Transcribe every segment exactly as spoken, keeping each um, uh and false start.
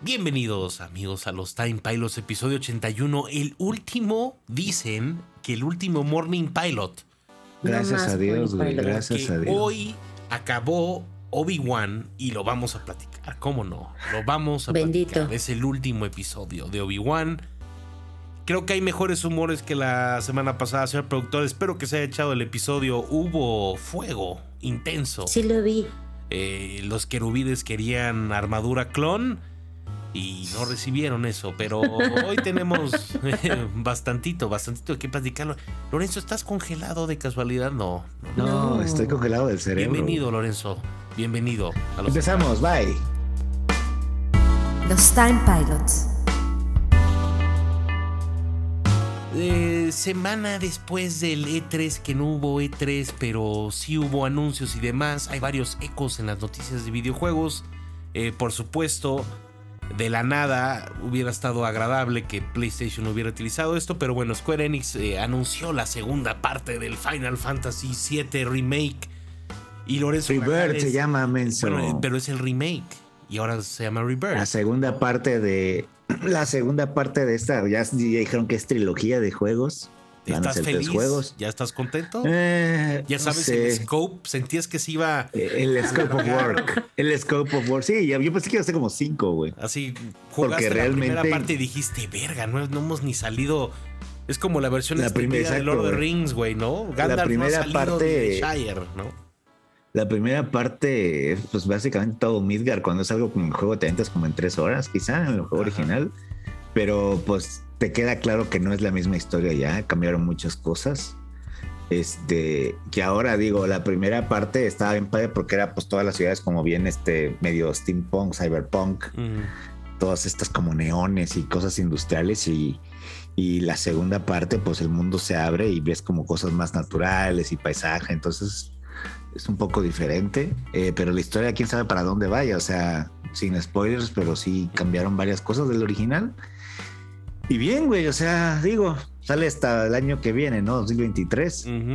Bienvenidos amigos a los Time Pilots episodio ochenta y uno, el último, dicen que el último Morning Pilot. Gracias No a Dios, güey, Porque gracias a Dios. Hoy acabó Obi-Wan y lo vamos a platicar, ¿cómo no? Lo vamos a Bendito. platicar, es el último episodio de Obi-Wan. Creo que hay mejores humores que la semana pasada, señor productor. Espero que se haya echado el episodio. Hubo fuego intenso. Sí lo vi. Eh, los querubines querían armadura clon y no recibieron eso, pero hoy tenemos eh, bastantito, bastantito que platicarlo. Lorenzo, ¿estás congelado de casualidad? No. No, no, no. Estoy congelado del cerebro. Bienvenido, Lorenzo. Bienvenido. A los Empezamos, bye. Los Time Pilots. Eh, semana después del E tres, que no hubo E tres, pero sí hubo anuncios y demás. Hay varios ecos en las noticias de videojuegos. Eh, por supuesto, de la nada hubiera estado agradable que PlayStation hubiera utilizado esto, pero bueno, Square Enix eh, anunció la segunda parte del Final Fantasy siete Remake. Y Lorenzo Rebirth Grajales, se llama, menso. Bueno, pero es el remake y ahora se llama Rebirth. La segunda parte de... La segunda parte de esta, ya, ya dijeron que es trilogía de juegos. Van a ¿Estás ser feliz? tres juegos. ¿Ya estás contento? Eh, Ya sabes, no sé. el scope, sentías que se iba... El scope of work. El scope of work. Sí, yo pensé que iba a ser como cinco, güey. Así, jugaste Porque la realmente- primera parte y dijiste, verga, no, no hemos ni salido... Es como la versión La extendida primera, de Lord of the exacto, Rings, güey, ¿no? Gandalf primera no ha salido parte- de Shire, ¿no? La primera parte, pues básicamente todo Midgar, cuando es algo como el juego te aventas como en tres horas, quizá, en el juego Ajá. original. Pero pues te queda claro que no es la misma historia ya, cambiaron muchas cosas. Este, que ahora digo, la primera parte estaba bien padre porque era pues todas las ciudades como bien este medio steampunk, cyberpunk, Mm. todas estas como neones y cosas industriales y, y la segunda parte pues el mundo se abre y ves como cosas más naturales y paisaje, entonces es un poco diferente, eh, pero la historia quién sabe para dónde vaya, o sea, sin spoilers, pero sí cambiaron varias cosas del original. Y bien, güey, o sea, digo, sale hasta el año que viene, ¿no? dos mil veintitrés. Ujú.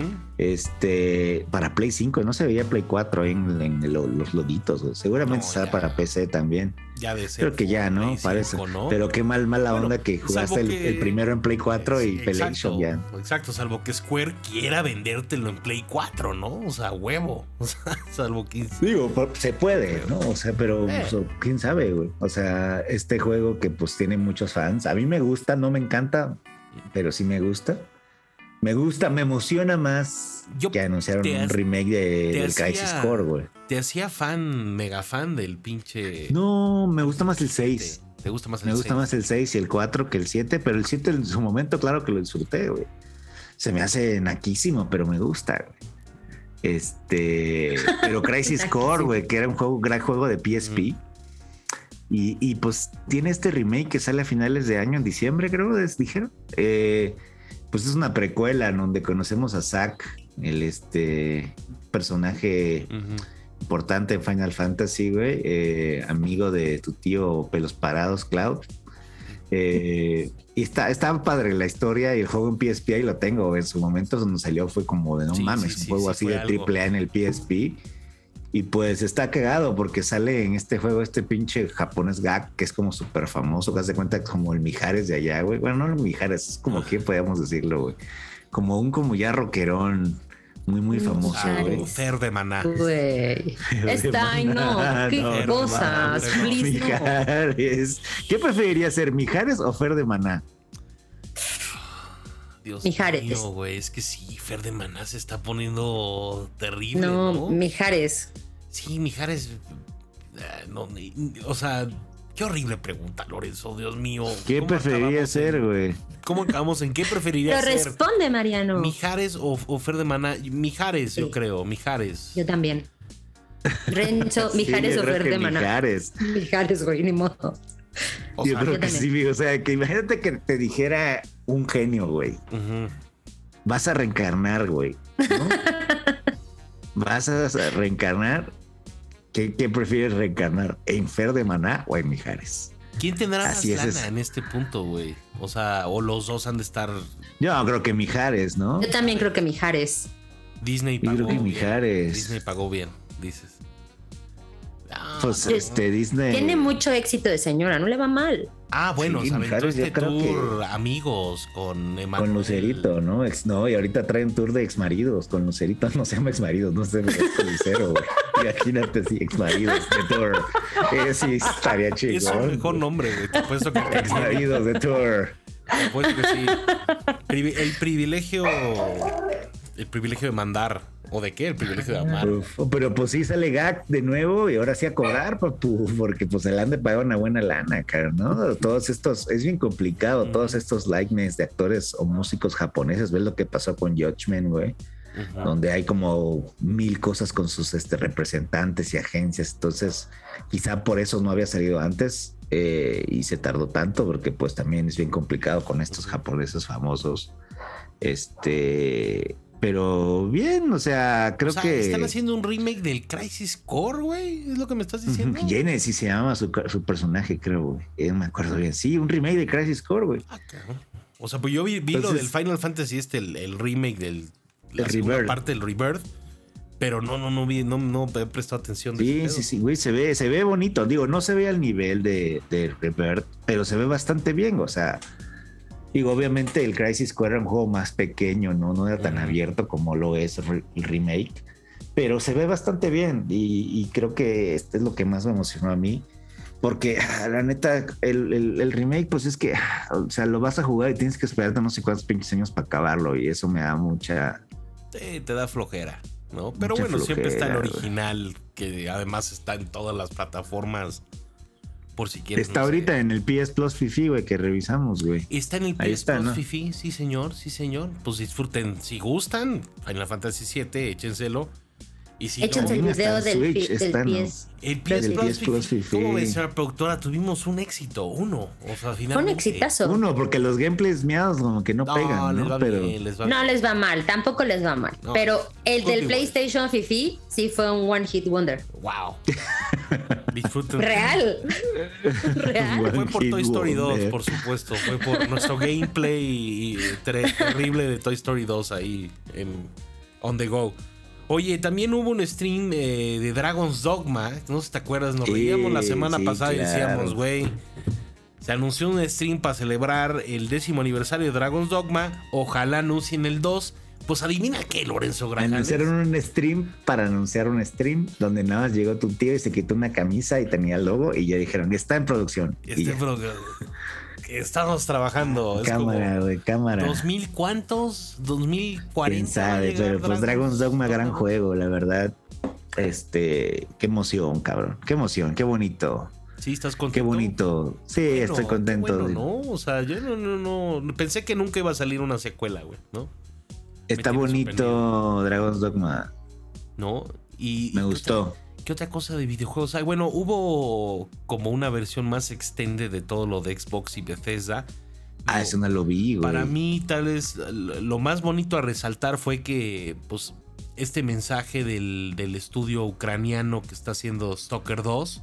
Este, para Play cinco, no se veía Play cuatro en, en lo- los loditos, güey. Seguramente No, sale ya. para P C también. Ya de ser Creo que ya, ¿no? Play Parece. cinco, ¿no? Pero qué mal, mala Bueno, onda que salvo jugaste el, que- el primero en Play cuatro y Sí, PlayStation ya. Exacto, salvo que Square quiera vendértelo en Play cuatro, ¿no? O sea, huevo. O sea, salvo que... Digo, por- se puede, ¿no? O sea, pero Eh. pues, o- quién sabe, güey. O sea, este juego que pues tiene muchos fans. A mí me gusta, no me encanta, pero sí me gusta. Me gusta, me emociona más Yo que anunciaron te un has- remake de, te del hacía- Crisis Core, güey. Te hacía fan, mega fan del pinche... No, me gusta más el seis. ¿Te, te gusta más el Me gusta seis? más el seis y el cuatro que el siete, pero el siete en su momento, claro que lo disfruté, güey. Se me hace naquísimo, pero me gusta, güey. Este, pero Crisis Core, güey, que era un juego, gran juego de P S P. Y, y pues tiene este remake que sale a finales de año, en diciembre, creo, es- dijeron. Eh, pues es una precuela en donde conocemos a Zack, el este personaje Ujú. importante en Final Fantasy, güey, eh, amigo de tu tío Pelos Parados, Cloud. Eh, y está, está padre la historia y el juego en P S P ahí lo tengo. En su momento cuando salió fue como de no Sí, mames, sí, un sí, juego sí, así fue de algo. triple A en el P S P. Y pues está cagado porque sale en este juego este pinche japonés Gak que es como súper famoso, que hace cuenta como el Mijares de allá, güey. Bueno, no el Mijares, es como que podríamos decirlo, güey. Como un como ya rockerón muy, muy famoso, Ah, güey. Fer de Maná. Güey. Está, ay, no. Qué No, no, cosas. no, no, Please, no. Mijares. ¿Qué preferiría ser, Mijares o Fer de Maná? Dios Mijares. mío, güey, es que sí, Fer de Maná se está poniendo terrible, ¿no? No, Mijares. Sí, Mijares... eh, no, ni- o sea, qué horrible pregunta, Lorenzo, Dios mío. ¿Qué ¿Cómo preferiría acabamos ser, en- güey? ¿Cómo acabamos en qué preferiría Pero ser? responde, Mariano. ¿Mijares o, o Fer de Maná? Mijares, yo Sí. creo, Mijares. Yo también. Renzo, Sí, Mijares yo o creo Fer que de Maná. Mijares. Mijares, güey, ni modo. O Yo sea, creo yo que también. sí, o sea, que imagínate que te dijera un genio, güey. ujú. Vas a reencarnar, güey. ¿no? Vas a reencarnar. ¿Qué, qué prefieres reencarnar? ¿En Fer de Maná o en Mijares? ¿Quién tendrá Así más es, lana es. en este punto, güey? O sea, o los dos han de estar... Yo creo que Mijares, ¿no? Yo también creo que Mijares. Disney Yo pagó creo que bien. Mijares. Disney pagó bien, dices. Ah, Pues Yo- este Disney. Tiene mucho éxito de señora, no le va mal. Ah, bueno, Sí, se aventó Mijares, yo este creo tour que- amigos con Emanuel. Con Lucerito, ¿no? Ex, no, y ahorita trae un tour de exmaridos con Lucerito. No se llama exmaridos, no sé, es con Lucero, güey. Imagínate, sí, exmaridos de tour. Eh, sí, estaría chingón. Es un mejor nombre, güey. Te apuesto que Exmaridos de tour. te apuesto que sí. Privi- El privilegio. El privilegio de mandar. ¿O de qué? El privilegio de amar. Uf, pero pues sí sale Gak de nuevo y ahora sí a cobrar, papu, porque pues se le han de pagar una buena lana, cara, ¿no? Todos estos, es bien complicado, todos estos likeness de actores o músicos japoneses, ves lo que pasó con Judgment, güey, Ujú. donde hay como mil cosas con sus este, representantes y agencias, entonces quizá por eso no había salido antes eh, y se tardó tanto, porque pues también es bien complicado con estos japoneses famosos, este... Pero bien, o sea, creo O sea, que... están haciendo un remake del Crisis Core, güey. ¿Es lo que me estás diciendo? Genesis se llamaba su, su personaje, creo, güey. Eh, no me acuerdo bien. Sí, un remake de Crisis Core, güey. Ah, cabrón. O sea, pues yo vi, vi lo Entonces- del Final Fantasy, este, el, el remake del. La El segunda Rebirth. parte del Rebirth. Pero no, no, no vi, no, no he prestado atención. de ese Sí, pedo. sí, sí, güey, se ve, se ve bonito. Digo, no se ve al nivel de, de Rebirth, pero se ve bastante bien. O sea, digo, obviamente el Crisis Core era un juego más pequeño, ¿no? No era tan Ujú. abierto como lo es re- el remake, pero se ve bastante bien. Y, y creo que este es lo que más me emocionó a mí. Porque ah, la neta, el, el, el remake, pues es que, ah, o sea, lo vas a jugar y tienes que esperarte no sé cuántos pinches años para acabarlo. Y eso me da mucha. Sí, te da flojera, ¿no? Pero Mucha bueno, siempre está el flojera, güey. original, que además está en todas las plataformas. Por si quieres. Está no sé. ahorita en el P S Plus Fifi, güey, que revisamos, güey. Está en el Ahí P S está, Plus ¿no? Fifi, sí señor, sí señor. Pues disfruten, si gustan, Final Fantasy siete, échenselo. Y si Échense no, el Hasta video en del, Switch fi- del está, ¿no? P S. el P S del Plus, P S Plus Fifi, Fifi. ¿cómo ves, señora productora? Tuvimos un éxito, uno. O sea, Fue un finalmente. exitazo. Uno, porque los gameplays miados como que no, No, pegan, les ¿no? va Pero bien, les va No bien. les va mal, tampoco les va mal. No, Pero el good del igual. PlayStation Fifi sí fue un One Hit Wonder. Wow. Disfruten. Real. Real. Bueno. Fue por Hit Toy Story dos, Wonder. por supuesto. Fue por nuestro gameplay ter- terrible de Toy Story dos ahí en On The Go. Oye, también hubo un stream eh, de Dragon's Dogma. No sé si te acuerdas, nos Sí, reíamos la semana sí, pasada y claro. decíamos, güey, se anunció un stream para celebrar el décimo aniversario de Dragon's Dogma. Ojalá anuncien el dos. Pues adivina qué, Lorenzo Grajales. anunciaron un stream para anunciar un stream donde nada más llegó tu tío y se quitó una camisa y tenía el logo y ya dijeron, está en producción. Y Este ya. pro- Estamos trabajando. Es Cámara, como güey, cámara. ¿dos mil cuántos? ¿dos mil cuarenta? Quién sabe, pero pues Dragon's Dogma, gran juego, la verdad. Este, qué emoción, cabrón. Qué emoción, qué bonito. Sí, estás contento. Qué bonito. Sí, Bueno, estoy qué contento. bueno, ¿no? O sea, yo no, no, no. Pensé que nunca iba a salir una secuela, güey, ¿no? Está Me tiene bonito Dragon's Dogma. ¿No? Y, Me y gustó. ¿qué otra, qué otra cosa de videojuegos hay? Bueno, hubo como una versión más extended de todo lo de Xbox y Bethesda. Ah, Digo, eso no lo vi, güey. Para mí, tal vez, lo más bonito a resaltar fue que, pues, este mensaje del, del estudio ucraniano que está haciendo Stalker dos,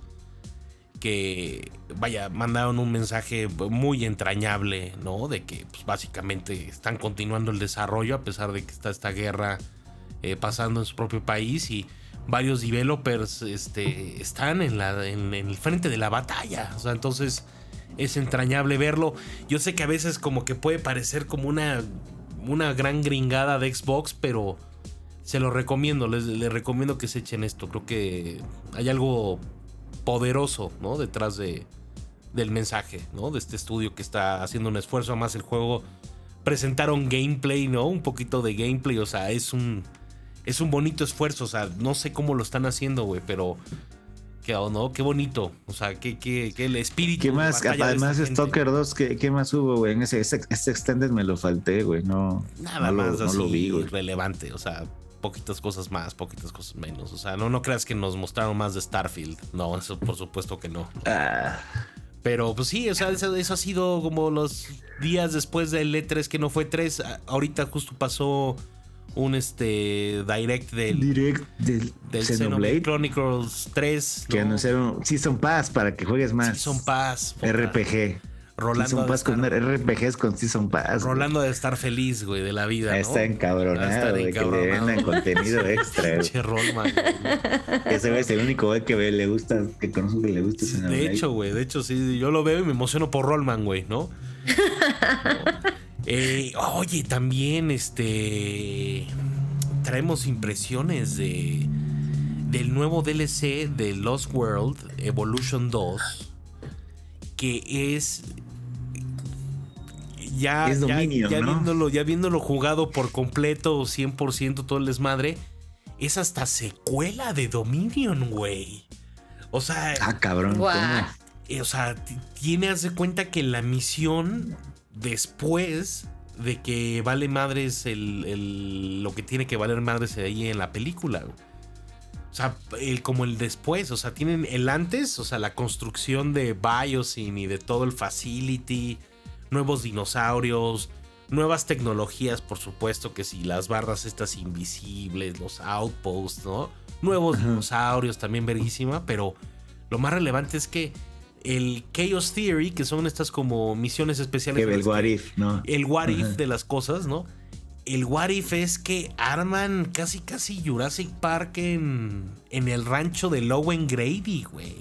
que, vaya, mandaron un mensaje muy entrañable, ¿no? De que, pues, básicamente están continuando el desarrollo a pesar de que está esta guerra eh, pasando en su propio país y varios developers este, están en, la, en, en el frente de la batalla. O sea, entonces es entrañable verlo. Yo sé que a veces como que puede parecer como una, una gran gringada de Xbox, pero se lo recomiendo, les, les recomiendo que se echen esto. Creo que hay algo poderoso, ¿no? Detrás de, del mensaje, ¿no? De este estudio que está haciendo un esfuerzo. Más el juego presentaron gameplay, ¿no? Un poquito de gameplay, o sea, es un es un bonito esfuerzo, o sea, no sé cómo lo están haciendo, güey, pero qué, ¿no? Qué bonito, o sea, qué, qué, qué el espíritu. ¿Qué de más? batalla de Además esta de gente. Stalker dos, ¿qué, qué más hubo, güey? En ese, ese, ese Extended me lo falté, güey. No, Nada no más lo, así no lo vi, güey. relevante, o sea, poquitas cosas más, poquitas cosas menos. O sea, no, no creas que nos mostraron más de Starfield. No, eso por supuesto que no. Ah, Pero pues sí, o sea, eso, eso ha sido como los días después del E tres que no fue tres. Ahorita justo pasó un este direct del, direct del, del Xenoblade, Xenoblade Chronicles tres. que ¿no? anunciaron Season Pass para que juegues más. Season Pass. puta. R P G. Rolando Season ha de Pass con estar- R P Gs con Season Pass. Rolando de estar feliz, güey, de la vida, ¿no? Está Va a encabronado, estar güey, que le encabronado. vendan contenido extra. güey. Pinche Rollman, güey. Ese güey es el único güey que ve, le gusta, que conozco que le gusta. ese De Xenoblade. hecho, güey, de hecho, sí, yo lo veo y me emociono por Rollman, güey, ¿no? No. Eh, oye, también, este... traemos impresiones de... del nuevo D L C de Lost World Evolution dos, que es... Ya, Es ya- Dominion, ya ¿no? viéndolo, ya viéndolo jugado por completo, cien por ciento todo el desmadre, es hasta secuela de Dominion, güey. O sea, Ah, cabrón. Guau. ¿cómo? eh, o sea, t- tiene, haz de cuenta que la misión después de que vale madres el, el- lo que tiene que valer madres ahí en la película. güey. O sea, el, como el después, o sea, tienen el antes, o sea, la construcción de Biosyn y de todo el facility, nuevos dinosaurios, nuevas tecnologías, por supuesto, que si las barras estas invisibles, los outposts, ¿no? Nuevos Ajá. dinosaurios, también verguísima, pero lo más relevante es que el Chaos Theory, que son estas como misiones especiales. Que en el las what que- if, ¿no? el what if Ajá. de las cosas, ¿no? El what if es que arman casi casi Jurassic Park en, en el rancho de Lowen Grady, güey.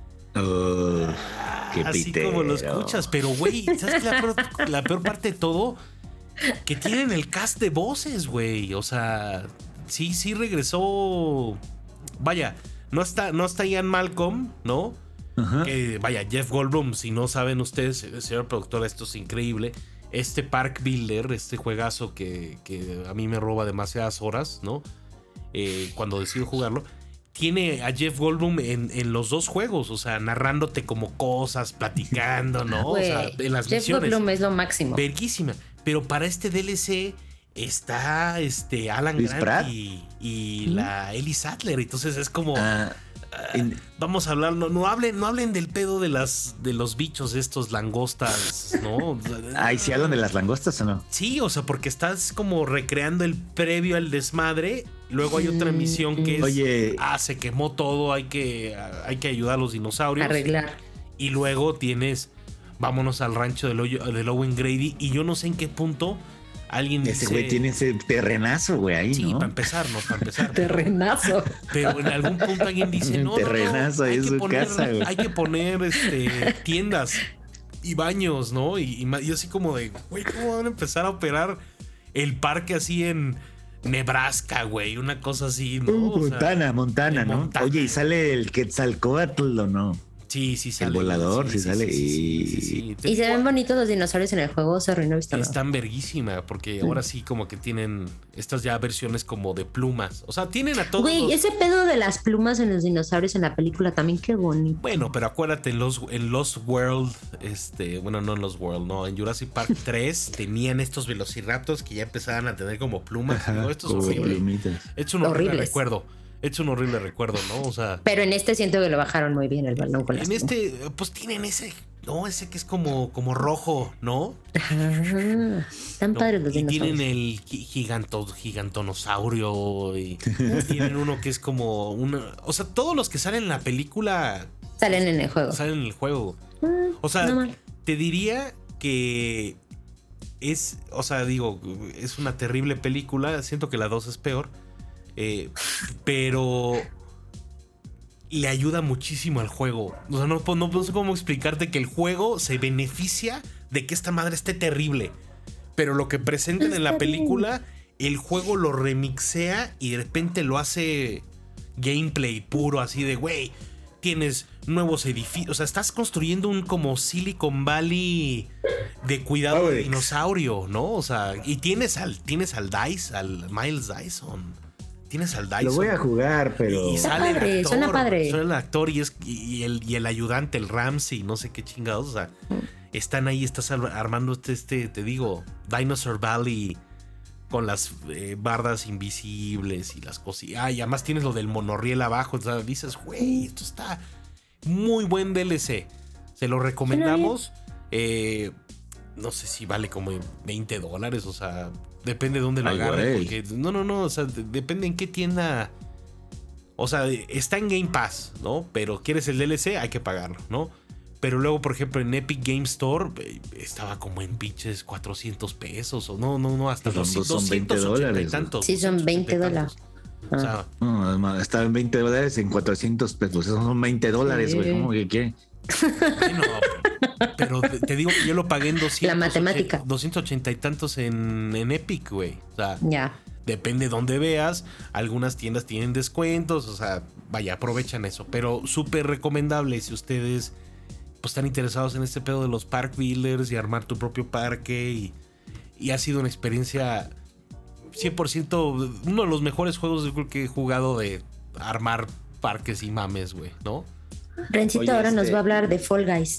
Oh, qué Así pitero. como lo escuchas, pero güey, ¿sabes qué? La peor, la peor parte de todo, que tienen el cast de voces, güey. O sea, sí, sí regresó. Vaya, no está, no está Ian Malcolm, ¿no? Ajá. Que, vaya, Jeff Goldblum, si no saben ustedes, señor productor, esto es increíble. Este Park Builder, este juegazo que, que a mí me roba demasiadas horas, ¿no? Eh, cuando decido jugarlo, tiene a Jeff Goldblum en, en los dos juegos, o sea, narrándote como cosas, platicando, ¿no? O sea, Güey, en las Jeff misiones. Goldblum es lo máximo. Verguísima. Pero para este D L C está este Alan Chris Grant Pratt. y, y la Ellie Sattler. Entonces es como. Ah, en- Vamos a hablar, no, no hablen, no hablen del pedo de las de los bichos estos langostas, ¿no? Ay, ¿sí hablan de las langostas o no? Sí, o sea, porque estás como recreando el previo al desmadre. Luego hay otra misión que es Oye. ah, se quemó todo, hay que, hay que ayudar a los dinosaurios. Arreglar. Y luego tienes vámonos al rancho de, Lo- de Lowen Grady. Y yo no sé en qué punto alguien Ese dice. güey tiene ese terrenazo, güey, ahí, Sí, ¿no? para empezar, ¿no? Para empezar. Terrenazo. Pero en algún punto alguien dice, Un no, no, no, terrenazo ahí hay en que su poner, casa, güey. hay que poner este, tiendas y baños, ¿no? Y, y ma- yo así como de, güey, ¿cómo van a empezar a operar el parque así en Nebraska, güey? Una cosa así, ¿no? Uh, O sea, Montana, Montana, en ¿no? Montana. Oye, ¿y sale el Quetzalcóatl o no? sí, sí sale. volador, sí sale, sí, y- sí, sí. Y se ven bonitos los dinosaurios en el juego, sorry, no he visto nada. Están verguísima, porque ahora sí como que tienen estas ya versiones como de plumas. O sea, tienen a todos Güey, los- ese pedo de las plumas en los dinosaurios en la película también, qué bonito. Bueno, pero acuérdate, en Lost, en Lost World, este, bueno, no en Lost World, no, en Jurassic Park tres tenían estos velociraptors que ya empezaban a tener como plumas. Ajá, ¿no? Esto es como horrible. plumitas. Es un horrible Horribles. recuerdo. Es un horrible recuerdo, ¿no? O sea, Pero en este siento que lo bajaron muy bien el balón con las en este, pues tienen ese, no, ese que es como, como rojo, ¿no? Ah, están ¿no? padres los Y dinosaurios. tienen el gi- giganto, gigantonosaurio y tienen uno que es como una, o sea, todos los que salen en la película Salen en el juego. salen en el juego. Ah, O sea, no mal. te diría que es, o sea, digo, es una terrible película. Siento que la dos es peor. eh, pero le ayuda muchísimo al juego. O sea, no, po- no, no sé cómo explicarte que el juego se beneficia de que esta madre esté terrible. Pero lo que presentan en la Está bien. película, el juego lo remixea y de repente lo hace gameplay puro, así de, güey, tienes nuevos edificios. O sea, estás construyendo un como Silicon Valley de cuidado de Alex. dinosaurio, ¿no? O sea, y tienes al, tienes al Dice, al Miles Dyson. Tienes al Dyson. Lo voy a jugar, pero. Y Está sale padre, el actor, suena padre. Suena el actor y, es, y, el, y el ayudante, el Ramsey, no sé qué chingados. O sea, están ahí, estás ar- armando este, este, te digo, Dinosaur Valley con las eh, bardas invisibles y las cosas. Ah, y además tienes lo del monorriel abajo. O sea, dices, güey, esto está muy buen D L C. Se lo recomendamos. Eh, no sé si vale como veinte dólares, o sea, depende de dónde lo Ay, agarren. güey. Porque, no, no, no, o sea, de- depende en qué tienda. O sea, está en Game Pass, ¿no? Pero quieres el D L C, hay que pagarlo, ¿no? Pero luego, por ejemplo, en Epic Game Store eh, estaba como en pinches cuatrocientos pesos. O no, no, no, hasta Son- doscientos, son veinte doscientos ochenta y dólares, tantos. Sí, son veinte doscientos ochenta y tantos. O sea, No, es más, estaba en veinte dólares en cuatrocientos pesos. Esos son veinte dólares, güey. Sí. ¿Cómo que qué? bueno, pero te, te digo que yo lo pagué en doscientos. La matemática. doscientos ochenta y tantos en, en Epic, güey. O sea, Ya. depende de dónde veas. Algunas tiendas tienen descuentos. O sea, vaya, aprovechan eso. Pero súper recomendable si ustedes pues están interesados en este pedo de los park builders y armar tu propio parque. Y, y ha sido una experiencia cien por ciento, uno de los mejores juegos yo creo que he jugado de armar parques y mames, güey, ¿no? Rencito Oye, ahora nos este- va a hablar de Fall Guys.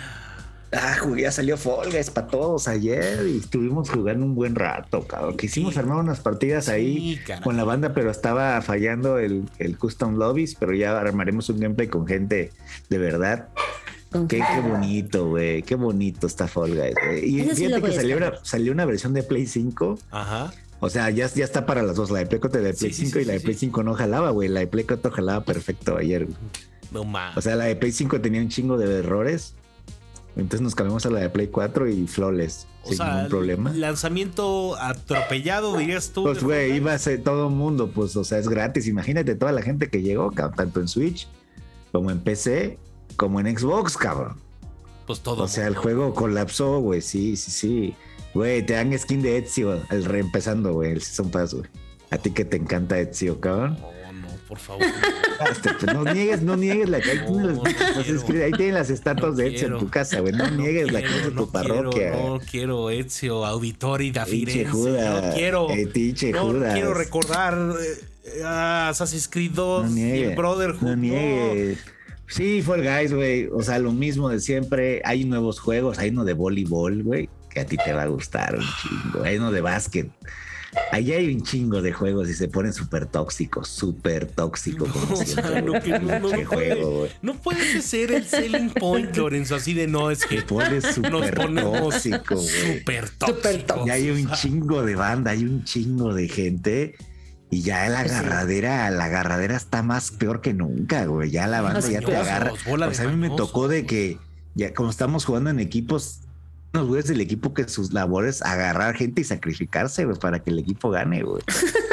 Ah, jugué, ya salió Fall Guys para todos ayer y estuvimos jugando un buen rato, cabrón. Quisimos Sí. armar unas partidas ahí Sí, caray. con la banda, pero estaba fallando el, el custom lobbies, pero ya armaremos un gameplay con gente de verdad. Con Qué, gente- qué bonito, güey. Qué bonito está Fall Guys, güey. Y Ese sí lo fíjate voy que a salió una, descargar. salió una versión de Play cinco. Ajá. O sea, ya, ya está para las dos. La de Play cuatro y la de Sí, Play sí, cinco sí, y la de sí, Play sí. cinco no jalaba, güey. La de Play cuatro jalaba perfecto ayer, güey. No mames. O sea, la de Play cinco tenía un chingo de errores. Entonces nos cambiamos a la de Play cuatro y flawless, O sin sea, ningún problema. lanzamiento atropellado, dirías tú. Pues, de güey, Fall iba a Guys. ser todo el mundo, pues, o sea, es gratis. Imagínate toda la gente que llegó, cabrón, tanto en Switch como en P C, como en Xbox, cabrón. Pues todo. O sea, el mundo. juego colapsó, güey, sí, sí, sí. Güey, te dan skin de Ezio, el reempezando, güey, el Season Pass, güey. A ti que te encanta Ezio, cabrón. No, no, por favor. Este, pues, no niegues, no niegues la que ahí, No, tienen las- no las quiero. escri- ahí tienen las estatuas No de Ezio quiero. en tu casa, güey. No, niegues la quiero, casa de no tu parroquia. Quiero, no quiero Ezio Auditori da Pinche Firenze. Judas, No quiero. eh, pinche no Judas. quiero recordar eh, a Assassin's Creed dos No y niegues, el Brotherhood. no niegues. Sí, Fall Guys, güey. O sea, lo mismo de siempre. Hay nuevos juegos. Hay uno de voleibol, güey, que a ti te va a gustar un chingo. Hay uno de básquet. Ahí hay un chingo de juegos y se ponen súper tóxicos, súper tóxicos. No, como o sea, siempre, no, que no, no, pinche no juego, puede, güey. no puede ser el selling point, Lorenzo, así de no, es que Te pones nos súper ponemos tóxico, güey. súper Súper tóxicos. tóxico. Y hay un O sea, chingo de banda, hay un chingo de gente. Y ya la Sí. agarradera, la agarradera está más peor que nunca, güey. Ya la banda ya te mañosos, agarra. bola O de sea, a mí me mañosos, tocó de güey. que ya como estamos jugando en equipos, los güeyes del equipo que sus labores agarrar gente y sacrificarse, güey, para que el equipo gane, güey.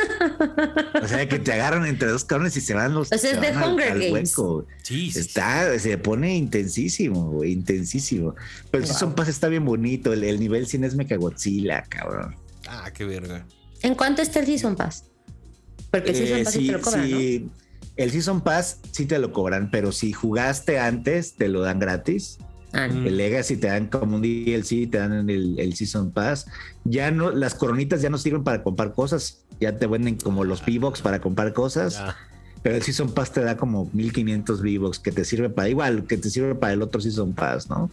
O sea, que te agarran entre dos cabrones y se van los O sea, es se de van al- Hunger al Games. hueco, güey. Sí, sí, sí. Está, se pone intensísimo, güey, intensísimo. Pero el Wow. Season Pass está bien bonito. El, el nivel cien es Mechagodzilla, cabrón. Ah, qué verga. ¿En cuánto está el Season Pass? Porque el Season Eh, Pass sí sí, te lo cobran, sí, el Season Pass sí te lo cobran, pero si jugaste antes, te lo dan gratis. ¿no? Ah, no. Mm. El Legacy te dan como un D L C, te dan el, el Season Pass. Ya no, las coronitas ya no sirven para comprar cosas. Ya te venden como los V-Bucks para comprar cosas. Ya. Pero el Season Pass te da como mil quinientos V-Bucks que te sirve para igual, que te sirve para el otro Season Pass, ¿no?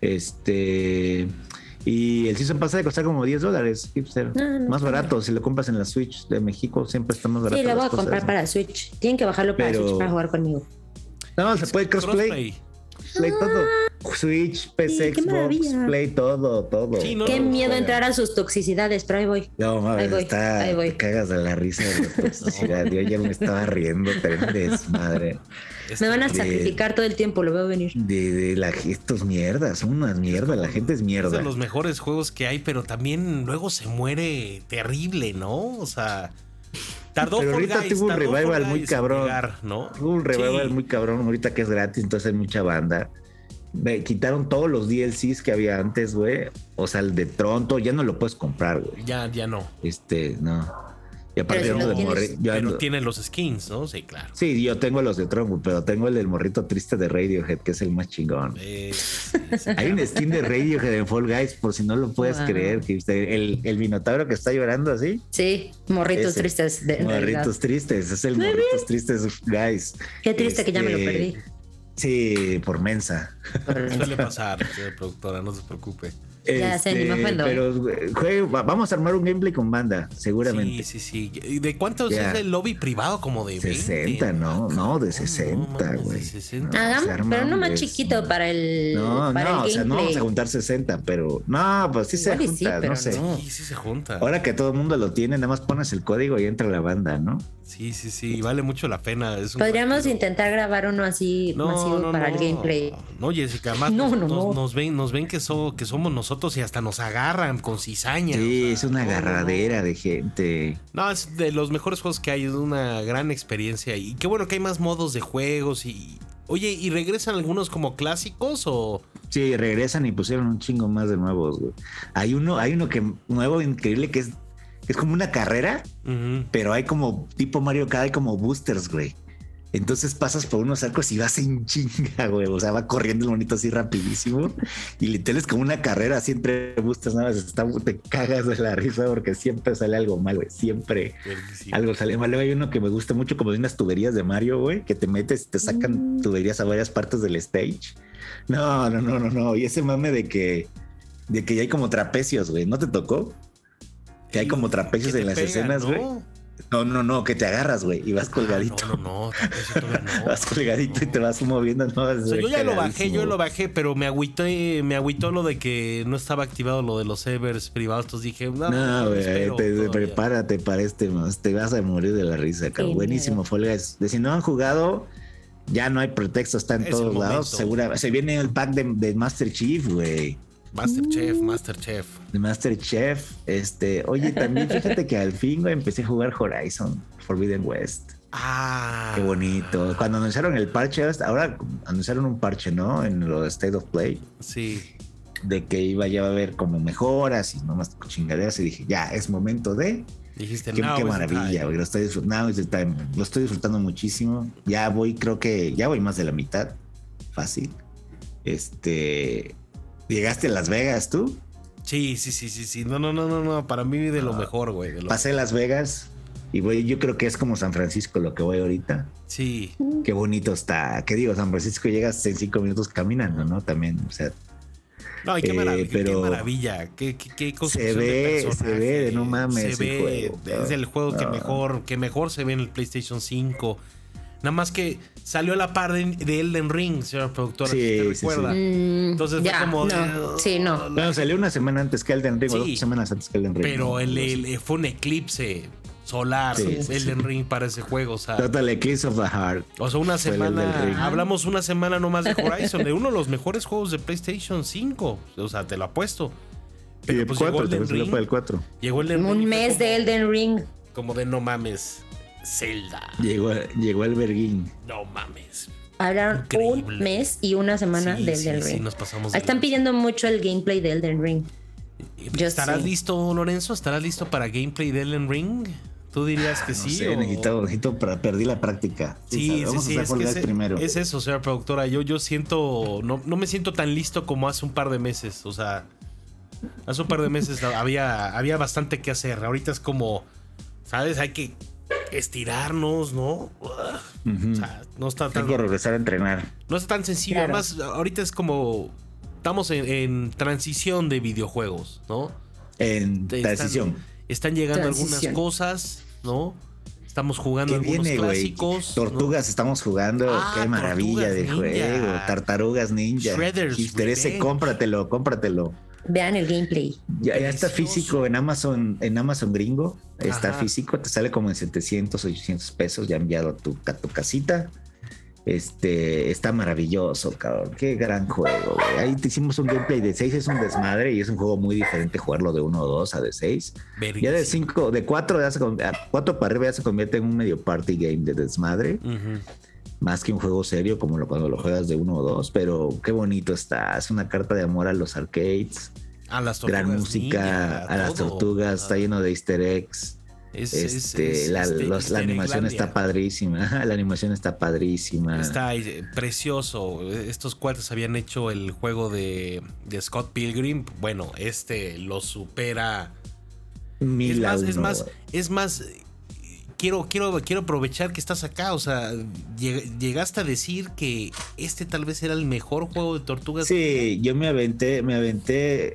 Este. Y el Season Pass debe costar como diez dólares, hipster. No, no más está barato. Si lo compras en la Switch de México, siempre está más barato. Sí, lo voy a las cosas, comprar ¿no? para Switch. Tienen que bajarlo para Pero- Switch para jugar conmigo. No, se puede crossplay. Play todo. Switch, P C, Sí, qué Xbox, maravilla. Play todo, todo. Sí, no, Qué no, miedo juega. entrar a sus toxicidades, pero ahí voy. No, mames, Ahí voy, está, ahí voy. te cagas de la risa de la toxicidad. Yo ayer me estaba riendo, pero es desmadre. Este, Me van a de- sacrificar todo el tiempo, lo veo venir. De, de la, estos mierdas, son unas mierdas, la gente es Es mierda. de los mejores juegos que hay, pero también luego se muere terrible, ¿no? O sea, tardó Pero Fall ahorita Guys, tuvo un tardó revival Fall muy Guys en cabrón. llegar, ¿no? Hubo un revival Sí. muy cabrón, ahorita que es gratis, entonces hay mucha banda. Ve, quitaron todos los D L Cs que había antes, güey. O sea, el de Toronto ya no lo puedes comprar, güey. Ya, ya no. Este, no. Y aparte Pero yo si ando lo de tienes- morri- yo Pero ando- tiene los skins, ¿no? Sí, claro. Sí, yo tengo los de Tron, güey, pero tengo el del morrito triste de Radiohead, que es el más chingón. Eh, sí, sí. Hay un skin de Radiohead en Fall Guys, por si no lo puedes Wow. creer, que usted- el, el minotauro que está llorando así. Sí, morritos Ese. tristes. De, en realidad. Morritos tristes, es el Morritos tristes Guys. Qué triste que ya me lo Este, perdí. Sí, por mensa. Suele pasar, señora productora, no se preocupe. Ya sé, ni me Este, ofendo, pero juegue- va- vamos a armar un gameplay con banda, seguramente. Sí, sí, sí. ¿Y ¿De cuántos Ya. es el lobby privado? Como de veinte. sesenta, no, no, de No, sesenta, mames, güey. de sesenta. No, Hagamos, se arma pero no un más des- chiquito para el, No, para no, o el sea, no vamos a gameplay. juntar sesenta, pero no, pues sí se Igual y junta, sí, pero no sé. no. Sí, sí se junta. Ahora que todo el mundo lo tiene, nada más pones el código y entra la banda, ¿no? Sí, sí, sí. Vale mucho la pena. Es un Podríamos partido. intentar grabar uno así No, masivo no, para no. el gameplay. No, Jessica, además No, nos, no, nos- no. nos ven, nos ven que, so- que somos nosotros y hasta nos agarran con cizaña. Sí, o sea, es una no, no, agarradera no. de gente. No, es de los mejores juegos que hay, es una gran experiencia. Y qué bueno que hay más modos de juegos y... Oye, ¿y regresan algunos como clásicos o...? Sí, regresan y pusieron un chingo más de nuevos, güey. Hay uno, hay uno que nuevo increíble que es, es como una carrera, Ujú. pero hay como tipo Mario Kart, hay como boosters, güey. Entonces pasas por unos arcos y vas en chinga, güey. O sea, va corriendo el monito así rapidísimo. Y literal es como una carrera así entre boosters, nada más está, te cagas de la risa porque siempre sale algo mal, güey. Siempre Verguísima. algo sale mal. Luego hay uno que me gusta mucho, como de unas tuberías de Mario, güey, que te metes y te sacan Mm. tuberías a varias partes del stage. No, no, no, no, no. Y ese mame de que, de que ya hay como trapecios, güey. ¿No te tocó? Que hay como trapecios Que te en las pegan, escenas, ¿no? güey. No, no, no, que te agarras, güey, y vas colgadito. Ah, no, no, no, trapecio todavía no. Vas colgadito No. y te vas moviendo, ¿no? O sea, yo ya lo bajé, yo lo bajé. bajé, pero me agüité, me agüitó lo de que no estaba activado lo de los servers privados. Entonces dije, no, No, me güey, espero te- te- todavía. prepárate para este, más. Te vas a morir de la risa, cabrón. Qué Buenísimo, miedo. Fall Guys. De si no han jugado, ya no hay pretexto, está en Es el todos lados. momento. Segura, se viene el pack de, de Master Chief, güey. Masterchef, Masterchef. De Master Chef. Este, oye, también fíjate que al fin, güey, empecé a jugar Horizon Forbidden West. Ah. Qué bonito. Cuando anunciaron el parche, ahora anunciaron un parche, ¿no? En los State of Play, Sí. de que iba ya a haber como mejoras y no más chingaderas. Y dije, ya, es momento de. Dijiste, Qué, no, qué pues, maravilla, ay. güey. Lo estoy disfrutando. Now is the time. Lo estoy disfrutando muchísimo. Ya voy, creo que ya voy más de la mitad. Fácil. Este. ¿Llegaste a Las Vegas tú? Sí, sí, sí, sí, sí. No, no, no, no, no. Para mí de lo Ah, mejor, güey. de lo- Pasé Las Vegas y voy, yo creo que es como San Francisco lo que voy ahorita. Sí. Qué bonito está. ¿Qué digo? San Francisco llegas en cinco minutos caminando, ¿no? También, o sea, No, y qué, Eh, maravilla, pero qué maravilla. Qué, qué, qué se construcción ve, de se personaje. ve de no mames Se el ve, juego. es el juego que Ah. mejor, que mejor se ve en el PlayStation cinco. Nada más que salió a la par de, de Elden Ring, señora productora, Sí, si te sí, recuerda. Mm, Entonces ya, fue como de- no. Sí, no. Bueno, salió una semana antes que Elden Ring, o Sí. dos semanas antes que Elden Ring. Pero ¿no? el, el- fue un eclipse solar, Sí, sí, Elden sí. Ring para ese juego. O sea, Total Eclipse of the Heart. o sea una fue el Elden semana. Ring. Hablamos una semana nomás de Horizon, de uno de los mejores juegos de PlayStation cinco. O sea, te lo apuesto. Y Pero el pues cuatro, llegó Elden también salió Ring. para el cuatro. Llegó Elden Ring. y Un fue mes como- de Elden Ring. Como de no mames. Zelda. Llegó, llegó el Berguín. No mames. Hablaron Increíble. un mes y una semana Sí, de sí, Elden sí, Ring. nos pasamos de Están lanza. pidiendo mucho el gameplay de Elden Ring. yo ¿Estarás sí. listo, Lorenzo? ¿Estarás listo para gameplay de Elden Ring? ¿Tú dirías que No sí? sé, o- necesito, necesito para, perdí la práctica. Sí, ¿sabes? sí, Vamos sí, a es, hacer que Fall Guys es- primero. es eso, señora productora. Yo, yo siento, no, no me siento tan listo como hace un par de meses. O sea, hace un par de meses había, había bastante que hacer. Ahorita es como, ¿sabes? Hay que estirarnos, ¿no? Ujú. O sea, no está tan, Tengo que regresar a entrenar. no está tan sencillo. Claro. Además, ahorita es como, estamos en, en transición de videojuegos, ¿no? En Están- transición. Están llegando Transición. algunas cosas, ¿no? Estamos jugando ¿Qué algunos viene, güey? clásicos. ¿no? Tortugas estamos jugando. Ah, Qué maravilla de Tortugas Ninja. juego. Tartarugas Ninja. Shredder's Hipster, ese, Revenge. cómpratelo, cómpratelo. Vean el gameplay. Ya, ya está Delicioso. físico en Amazon, en Amazon gringo. Está Ajá. físico, te sale como en setecientos, ochocientos pesos ya enviado a tu, a tu casita. Este está maravilloso, cabrón. Qué gran juego, güey. Ahí te hicimos un gameplay de seis, es un desmadre y es un juego muy diferente jugarlo de uno o dos a de seis. Ya de cinco, de cuatro, ya se con- a cuatro para arriba ya se convierte en un medio party game de desmadre, Ujú. más que un juego serio como lo, cuando lo juegas de uno o dos, pero qué bonito está. Es una carta de amor a los arcades, A las tortugas gran música, ninja, a las todo. tortugas, está lleno de easter eggs. Es, Este, es- es- la, este, los- la animación Histereglandia. está padrísima. La animación está padrísima. Está eh, precioso. Estos cuates habían hecho el juego de, de Scott Pilgrim. Bueno, este lo supera. Mil Es a más, es uno, más, güey. es más. eh, Quiero, quiero, quiero aprovechar que estás acá. O sea, lleg- llegaste a decir que este tal vez era el mejor juego de tortugas. Sí, yo me aventé, me aventé.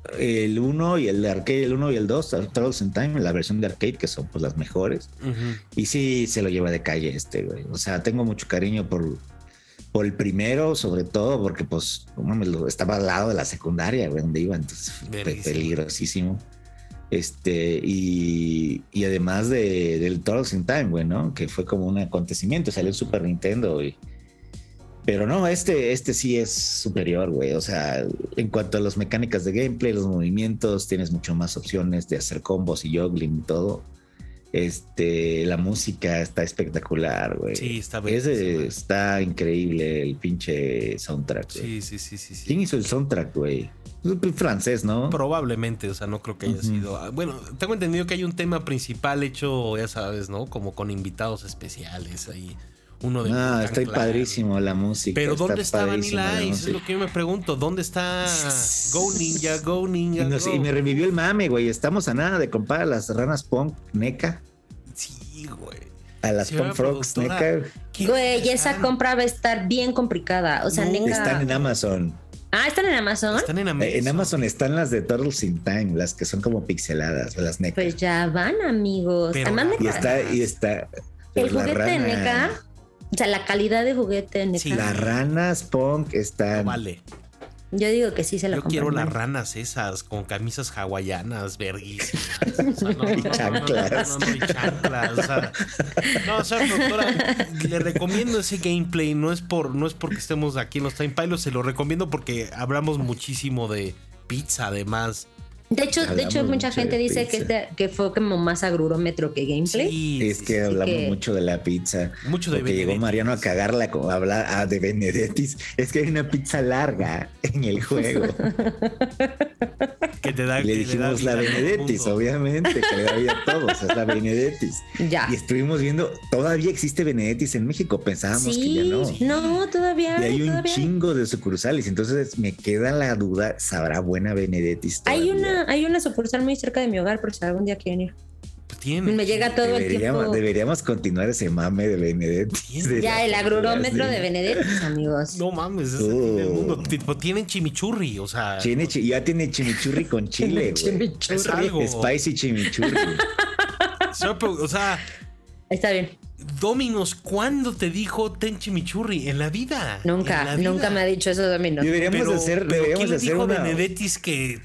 el uno y el de arcade, el uno y el dos, Turtles in Time, la versión de arcade, que son pues las mejores. Uh-huh. Y sí, se lo lleva de calle este, güey. O sea, tengo mucho cariño por, por el primero, sobre todo, porque pues estaba al lado de la secundaria, güey, donde iba, entonces pe- peligrosísimo. Este, y, y además de, del Turtles in Time, güey, ¿no? Que fue como un acontecimiento, salió el Super Nintendo, güey. Pero no, este, este sí es superior, güey. O sea, en cuanto a las mecánicas de gameplay, los movimientos, tienes mucho más opciones de hacer combos y juggling y todo. Este, la música está espectacular, güey. Sí, está bien. Está increíble el pinche soundtrack, Sí, güey. sí, sí, sí, sí. ¿Quién hizo el soundtrack, güey? Francés, ¿no? Probablemente, o sea, no creo que haya uh-huh. sido. Bueno, tengo entendido que hay un tema principal hecho, ya sabes, ¿no? Como con invitados especiales ahí. Uno de ah, está padrísimo la música. Pero ¿dónde está, está Vanilla Ice? Es lo que yo me pregunto. ¿Dónde está Go Ninja, Go Ninja? Y, no, go. y me revivió el mame, güey. Estamos a nada de comprar a las ranas Punk Neca. Sí, güey. A las Punk Frogs Neca. Güey, esa compra va a estar bien complicada. O sea, no, Neca. Están en Amazon. Ah, ¿están en Amazon? Están en Amazon. En Amazon están las de Turtles in Time, las que son como pixeladas, las Neca. Pues ya van, amigos. Pero, Además, y está, y está. El juguete rana... de Neca. O sea, la calidad de juguete en sí, las ranas Punk están. No vale. Yo digo que sí se la Yo quiero las ranas esas con camisas hawaianas, verguísimas. O sea, no, y chanclas. No, no, no, no, y chanclas. O sea, no, o sea, doctora, le recomiendo ese gameplay. No es por, no es porque estemos aquí en los Time Pilots, se lo recomiendo porque hablamos muchísimo de pizza, además. De hecho, de hecho mucha gente dice que, este, que fue como más agrurómetro que gameplay. Sí, es que sí, hablamos que... mucho de la pizza. Mucho de Benedetti. Llegó Mariano a cagarla, a hablar ah, de Benedettis. Es que hay una pizza larga en el juego. que te da, le que dijimos le da la Benedettis, obviamente, que le da vida a todos. Es la Benedettis. Ya. Y estuvimos viendo, todavía existe Benedettis en México. Pensábamos sí, que ya no. No, todavía. Y hay un todavía. chingo de sucursales. Entonces me queda la duda, ¿sabrá buena Benedettis todavía? Hay una Hay una sucursal muy cerca de mi hogar, por si algún día quieren ir. Tiene. Me llega todo deberíamos, el tiempo. Deberíamos continuar ese mame de Benedetti. De ya, el agrurómetro de Benedetti, amigos. No mames, es uh. el mundo. Tipo, tienen chimichurri, o sea. Tiene, ya tiene chimichurri con chile, güey. Es algo. Spicy chimichurri. O sea. Está bien. Domino's, ¿cuándo te dijo ten chimichurri? En la vida. Nunca, la vida. nunca me ha dicho eso Domino's. Deberíamos pero, hacer, pero deberíamos ¿quién le hacer dijo una... a Benedettis que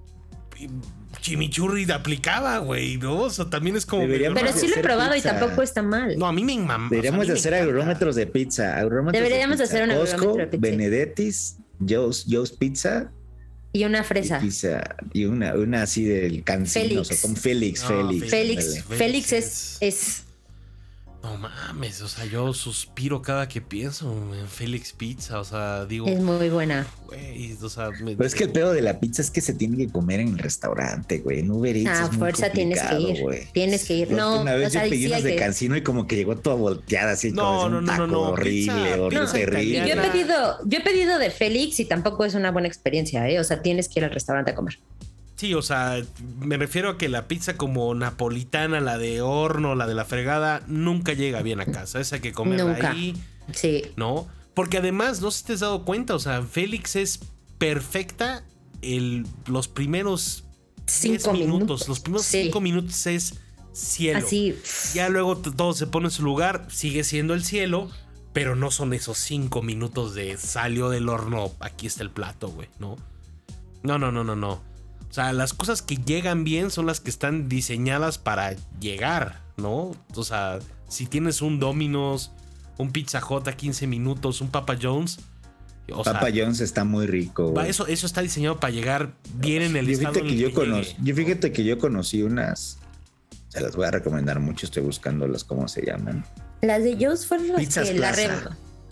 chimichurri aplicaba, güey, ¿no? O sea, también es como... Pero sí lo he probado pizza. Y tampoco está mal. No, a mí me mamá. Deberíamos o sea, de hacer agrurómetros de pizza. Agrurómetros Deberíamos de pizza. hacer un Costco, agrurómetro de pizza. Benedettis, Joe's, Joe's Pizza. Y una fresa. Y, pizza, y una, una así del cancino, o sea, con Félix, no, Félix. Félix, Félix, Félix es... es No mames, o sea, yo suspiro cada que pienso en Félix Pizza, o sea, digo... Es muy buena. Güey, o sea... Me, Pero es que el pedo de la pizza es que se tiene que comer en el restaurante, güey. En Uber Eats ah, es muy fuerza tienes que ir. Wey. Tienes que ir. No, una vez o sea, yo pedí sí unas de que... Cancino y como que llegó toda volteada así, no, como no, un no, taco no, no, horrible, pizza, horrible, pizza terrible. Yo he pedido, yo he pedido de Félix y tampoco es una buena experiencia, ¿eh? O sea, tienes que ir al restaurante a comer. Sí, o sea, me refiero a que la pizza como napolitana, la de horno, la de la fregada, nunca llega bien a casa. Esa hay que comerla nunca. ahí. Sí. ¿No? Porque además, no sé si te has dado cuenta, o sea, Félix es perfecta el, los primeros cinco minutos. minutos. Los primeros sí. cinco minutos es cielo. Así. Ya luego todo se pone en su lugar, sigue siendo el cielo, pero no son esos cinco minutos de salió del horno, aquí está el plato, güey, ¿no? No, no, no, no, no. O sea, las cosas que llegan bien son las que están diseñadas para llegar, ¿no? O sea, si tienes un Domino's, un Pizza Hut a quince minutos, un Papa John's. O Papa sea, John's está muy rico. Va, eso, eso está diseñado para llegar bien en el yo estado fíjate en que el yo que conocí, yo fíjate que yo conocí unas, se las voy a recomendar mucho, estoy buscándolas, ¿cómo se llaman? Las de Joe's fueron las Pizzas que Plaza. la re...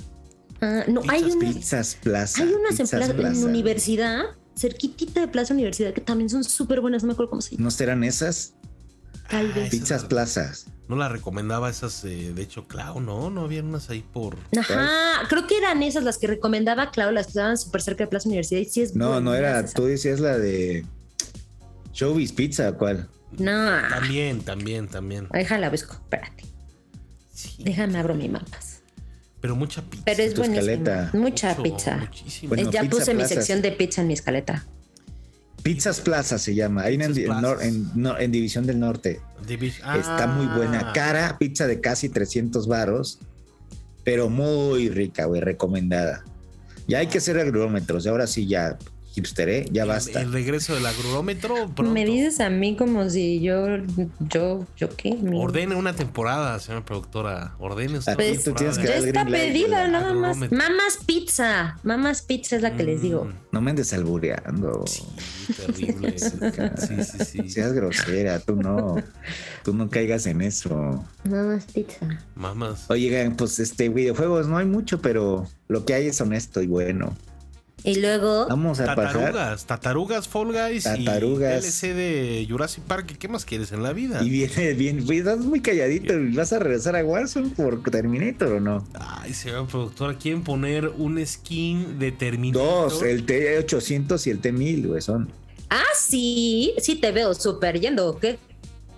ah, no, Pizzas, hay unas, Pizzas Plaza. hay unas Pizzas en, plaza, Plaza. en universidad, cerquitita de Plaza Universidad, que también son súper buenas, no me acuerdo cómo se llaman. ¿No serán esas? Tal vez. Ah, Pizzas la, Plazas. No la recomendaba esas, eh, de hecho, Clau, ¿no? No había unas ahí por... Ajá, creo que eran esas las que recomendaba Clau, las que estaban súper cerca de Plaza Universidad. Y sí es no, no era, esa. tú decías la de Showbiz Pizza, ¿cuál? No. También, también, también. Déjala, busco, espérate. Sí. Déjame abro mi mapas. Pero mucha pizza. Pero es tu buenísima. escaleta. Mucha Mucho, pizza. Muchísimo. Bueno, ya Pizza puse Plazas. mi sección de pizza en mi escaleta. Pizzas Plaza se llama, ahí en, en, en, no, en División del Norte. Divi- ah. Está muy buena. Cara, pizza de casi trescientos varos, pero muy rica, güey, recomendada. Ya hay que hacer agrurómetros, ahora sí ya hipsteré, ya el, basta. El regreso del agrurómetro pronto. Me dices a mí como si yo, yo, yo qué. Mi... Ordene una temporada, señora productora. Ordene usted. Pues, tú tienes que ya dar está green light, pedida, ¿verdad? nada más. Mamás Pizza. Mamás Pizza es la que Mm. les digo. No me andes albureando. Sí, terrible. sí, sí, sí, sí. Seas grosera, tú no. Tú no caigas en eso. Mamás Pizza. Mamás. Oigan, pues este videojuegos no hay mucho, pero lo que hay es honesto y bueno. Y luego. Vamos a pasar. Tatarugas, Tatarugas, Fall Guys Tatarugas. y D L C de Jurassic Park. ¿Qué más quieres en la vida? Y viene bien, pues, estás muy calladito. ¿Vas a regresar a Warzone por Terminator o no? Ay, señora productora, ¿quieren poner un skin de Terminator? Dos, el T ochocientos y el T mil, güey, son. Ah, sí. Sí, te veo súper yendo, ¿o qué?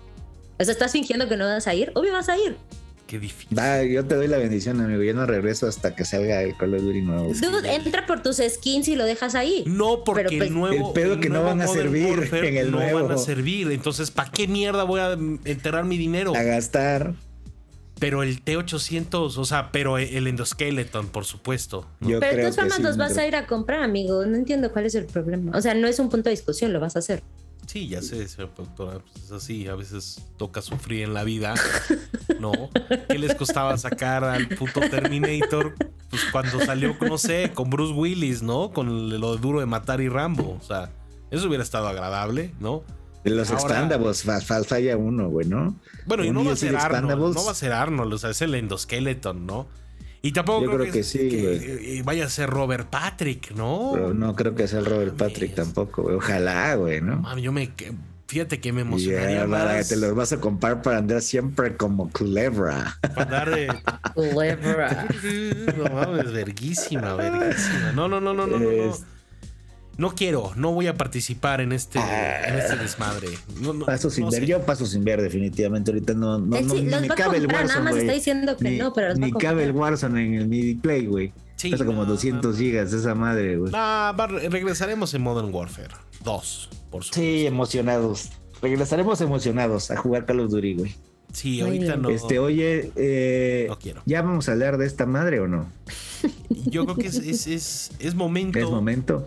O sea, ¿estás fingiendo que no vas a ir? Obvio vas a ir. Qué difícil. Va, yo te doy la bendición, amigo. Yo no regreso hasta que salga el Call of Duty nuevo. Dude, entra por tus skins y lo dejas ahí. No, porque Pero, pues, el nuevo. el pedo que no nuevo van a Modern servir Warfare en el no nuevo. van a servir. Entonces, ¿para qué mierda voy a enterrar mi dinero? A gastar. Pero el T ochocientos, o sea, pero el endoskeleton, por supuesto. ¿no? Yo Pero de creo todas que formas sí, los vas creo. a ir a comprar, amigo. No entiendo cuál es el problema. O sea, no es un punto de discusión, lo vas a hacer. Sí, ya sé, señora productora. Pues es así, a veces toca sufrir en la vida. ¿No? ¿Qué les costaba sacar al puto Terminator? Pues cuando salió, no sé, con Bruce Willis, ¿no? Con lo duro de matar y Rambo. O sea, eso hubiera estado agradable, ¿no? De los Ahora- expandables, fa- fa- falla uno, güey, ¿no? Bueno, y Un no va a D L C ser de Arnold, Expandables. no va a ser Arnold, o sea, es el endoskeleton, ¿no? Y tampoco Yo creo, creo que sí, que, eh, vaya a ser Robert Patrick, ¿no? Pero no creo que sea el Robert Mames. Patrick tampoco, güey. Ojalá, güey, ¿no? Mami, yo me... Fíjate que me emocionaría Ya, para más que te los vas a comprar para andar siempre como culebra. para andar de... Culebra. No mames, verguísima, verguísima. No, no, no, no, no, no. No, Es- no quiero, no voy a participar en este, en este desmadre. No, no, Paso sin no ver, sé. yo paso sin ver definitivamente. Ahorita no, no, Él no, sí, ni los me va a cabe el comprar, nada Warzone, más güey. está diciendo que Ni- no, pero los va a Ni comprar. cabe el Warzone en el midi play, güey. Sí, Pesa como no, doscientos no, no. gigas esa madre, güey. Ah, va- regresaremos en Modern Warfare dos, por supuesto. Sí, emocionados. Regresaremos emocionados a jugar Call of Duty, güey. Sí, Muy ahorita bien. no. Este, oye, eh, No quiero. ¿ya vamos a hablar de esta madre o no? Yo creo que es, es, es, es momento. Es momento.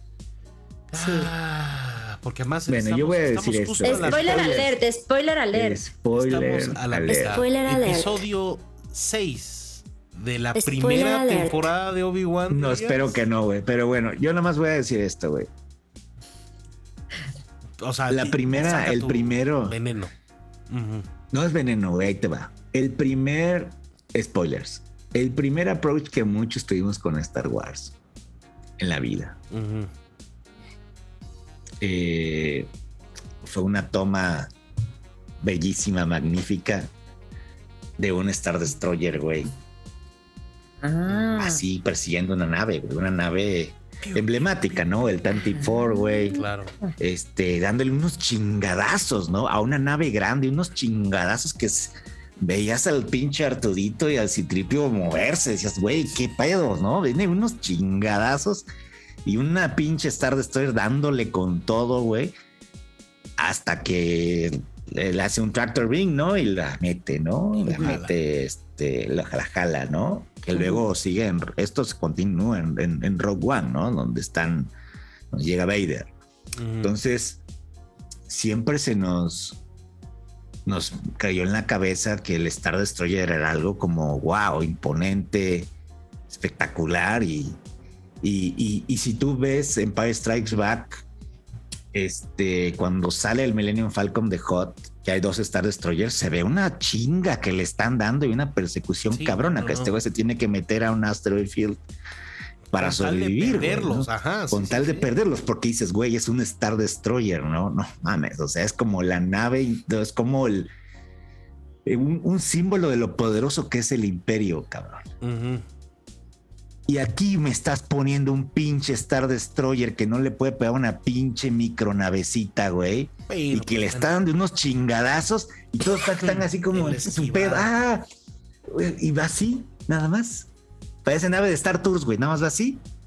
Ah, porque además. Bueno, yo voy a decir estamos justo esto. a la- Spoiler Spoilers. alert, spoiler alert. Spoiler Estamos a la alert. mitad. Spoiler alert. Episodio seis de la Spoiler primera alert. temporada de Obi-Wan. No, ¿dirías? espero que no, güey. Pero bueno, yo nada más voy a decir esto, güey. O sea, La ti- primera, saca el tu primero. Veneno. Ujú. No es veneno, güey, ahí te va. El primer, spoilers, el primer approach que muchos tuvimos con Star Wars en la vida Ujú. eh, fue una toma bellísima, magnífica de un Star Destroyer, güey. Ah. Así persiguiendo una nave, güey, una nave emblemática, ¿no? El Tantive cuatro, güey. Claro. Este, dándole unos chingadazos, ¿no? A una nave grande, unos chingadazos que s- veías al pinche Artudito y al Citripio moverse. Decías, güey, qué pedo, ¿no? Vienen unos chingadazos y una pinche Star Destroyer dándole con todo, güey. Hasta que le hace un tractor beam, ¿no? Y la mete, ¿no? Y la Jala. mete, este, la, la jala, ¿no? Que luego sigue, en, esto se continúa en, en, en Rogue One, ¿no? Donde están, donde llega Vader. Ujú. Entonces, siempre se nos, nos cayó en la cabeza que el Star Destroyer era algo como, wow, imponente, espectacular. Y, y, y, y si tú ves Empire Strikes Back, este, cuando sale el Millennium Falcon de Hot, que hay dos Star Destroyers, se ve una chinga que le están dando y una persecución Sí, cabrona, no, que no. este güey se tiene que meter a un asteroid field para Con tal de sobrevivir. güey, perderlos, ¿no? ajá, Con sí, tal sí, de sí. perderlos, porque dices, güey, es un Star Destroyer, ¿no? No mames, o sea, es como la nave, es como el un, un símbolo de lo poderoso que es el imperio, cabrón. Ujú. Y aquí me estás poniendo un pinche Star Destroyer que no le puede pegar una pinche micronavecita, güey. Pero, Y que le pues, están dando unos chingadazos y todos están, están así como El es un esquivar. pedo. Ah, güey, y va así, nada más. Parece nave de Star Tours, güey, nada más va así.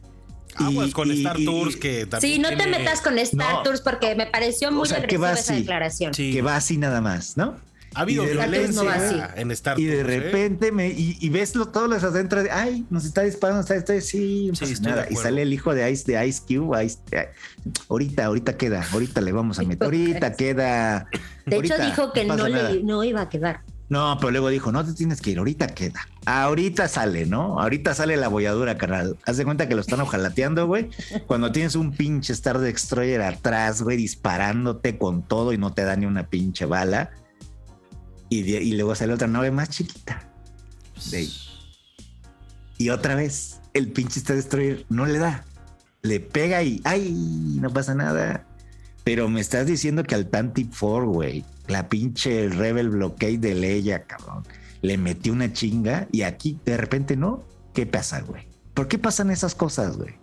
Aguas Y- con y- Star y- Tours que también Sí, no te tiene- metas con Star No. Tours porque me pareció muy O sea, que agresiva va esa así. declaración. Sí. que va así nada más, ¿no? Ha habido y de violencia repente no va en Star Y Tours. de ¿eh? repente me, y, y ves lo, todos los adentro de, ay, nos está disparando, está, está, sí, no Sí, pasa estoy de nada. Y acuerdo. sale el hijo de Ice, de Ice Cube, Ice, eh, ahorita, ahorita queda, ahorita le vamos a meter, ahorita queda. De ahorita, hecho, dijo que no, pasa nada. le, no iba a quedar. No, pero luego dijo, no te tienes que ir, ahorita queda. Ahorita sale, ¿no? Ahorita sale la bolladura, carnal. Haz de cuenta que lo están ojalateando, güey. Cuando tienes un pinche Star Destroyer atrás, güey, disparándote con todo y no te da ni una pinche bala. Y, de- y luego sale otra nave más chiquita. De ahí. Y otra vez, el pinche Star Destroyer no le da. Le pega y ¡ay! No pasa nada. Pero me estás diciendo que al Tantive cuatro, güey, la pinche Rebel Blockade de Leia, cabrón, le metió una chinga y aquí de repente no. ¿Qué pasa, güey? ¿Por qué pasan esas cosas, güey?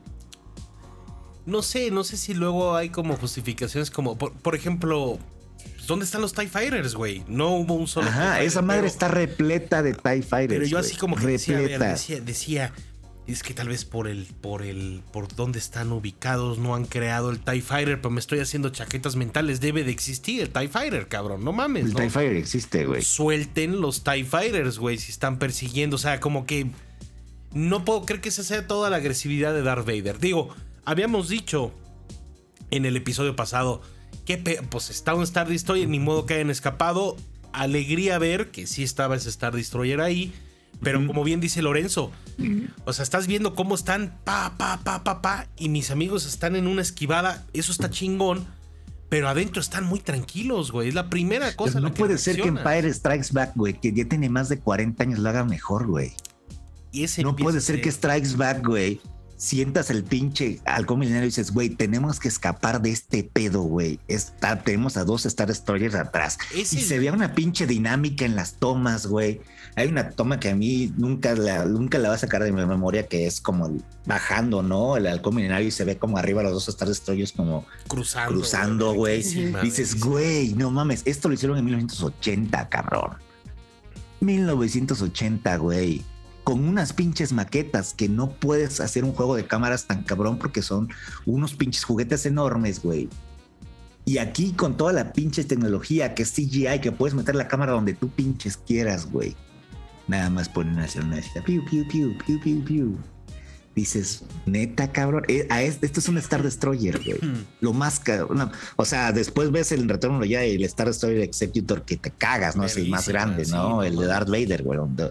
No sé, no sé si luego hay como justificaciones como, por, por ejemplo, ¿dónde están los TIE Fighters, güey? No hubo un solo TIE Ajá, Fighter, esa madre pero- está repleta de TIE Fighters. Pero yo así güey. como que decía, a ver, Repleta. decía, decía, es que tal vez por el, por el, por dónde están ubicados no han creado el TIE Fighter, pero me estoy haciendo chaquetas mentales, debe de existir el TIE Fighter, cabrón, no mames, El ¿no? TIE Fighter existe, güey. Suelten los TIE Fighters, güey, si están persiguiendo, o sea, como que no puedo creer que esa sea toda la agresividad de Darth Vader. Digo, habíamos dicho en el episodio pasado que pe- pues está un Star Destroyer, ni modo que hayan escapado. Alegría ver que sí estaba ese Star Destroyer ahí, pero como bien dice Lorenzo, o sea, estás viendo cómo están pa, pa, pa, pa, pa, y mis amigos están en una esquivada, eso está chingón, pero adentro están muy tranquilos, güey, es la primera cosa. Pero a la no puede ser que reaccionas. Empire Strikes Back, güey, que ya tiene más de cuarenta años, lo haga mejor, güey. Y ese No empieza puede a ser ser- que Strikes Back, güey, sientas el pinche halcón milenario y dices, güey, tenemos que escapar de este pedo, güey. Está- tenemos a dos Star Destroyers atrás. Es y el- se vea una pinche dinámica en las tomas, güey. Hay una toma que a mí nunca la, nunca la va a sacar de mi memoria, que es como el- bajando, ¿no? El halcón milenario y se ve como arriba los dos Star Destroyers como cruzando, cruzando, güey. verguísima, Dices, verguísima. güey, no mames, esto lo hicieron en mil novecientos ochenta, cabrón. mil novecientos ochenta, güey. Con unas pinches maquetas que no puedes hacer un juego de cámaras tan cabrón porque son unos pinches juguetes enormes, güey. Y aquí con toda la pinche tecnología que es C G I, que puedes meter la cámara donde tú pinches quieras, güey. Nada más ponen a hacer una cita. Piu, piu, piu, piu, piu, piu. Dices, neta, cabrón. Eh, a este, esto es un Star Destroyer, güey. Lo más cabrón. No, o sea, después ves el retorno ya y el Star Destroyer Executor que te cagas, ¿no? Es el más Verguísima, grande, sí, ¿no? no el de mames. Darth Vader, güey. donde-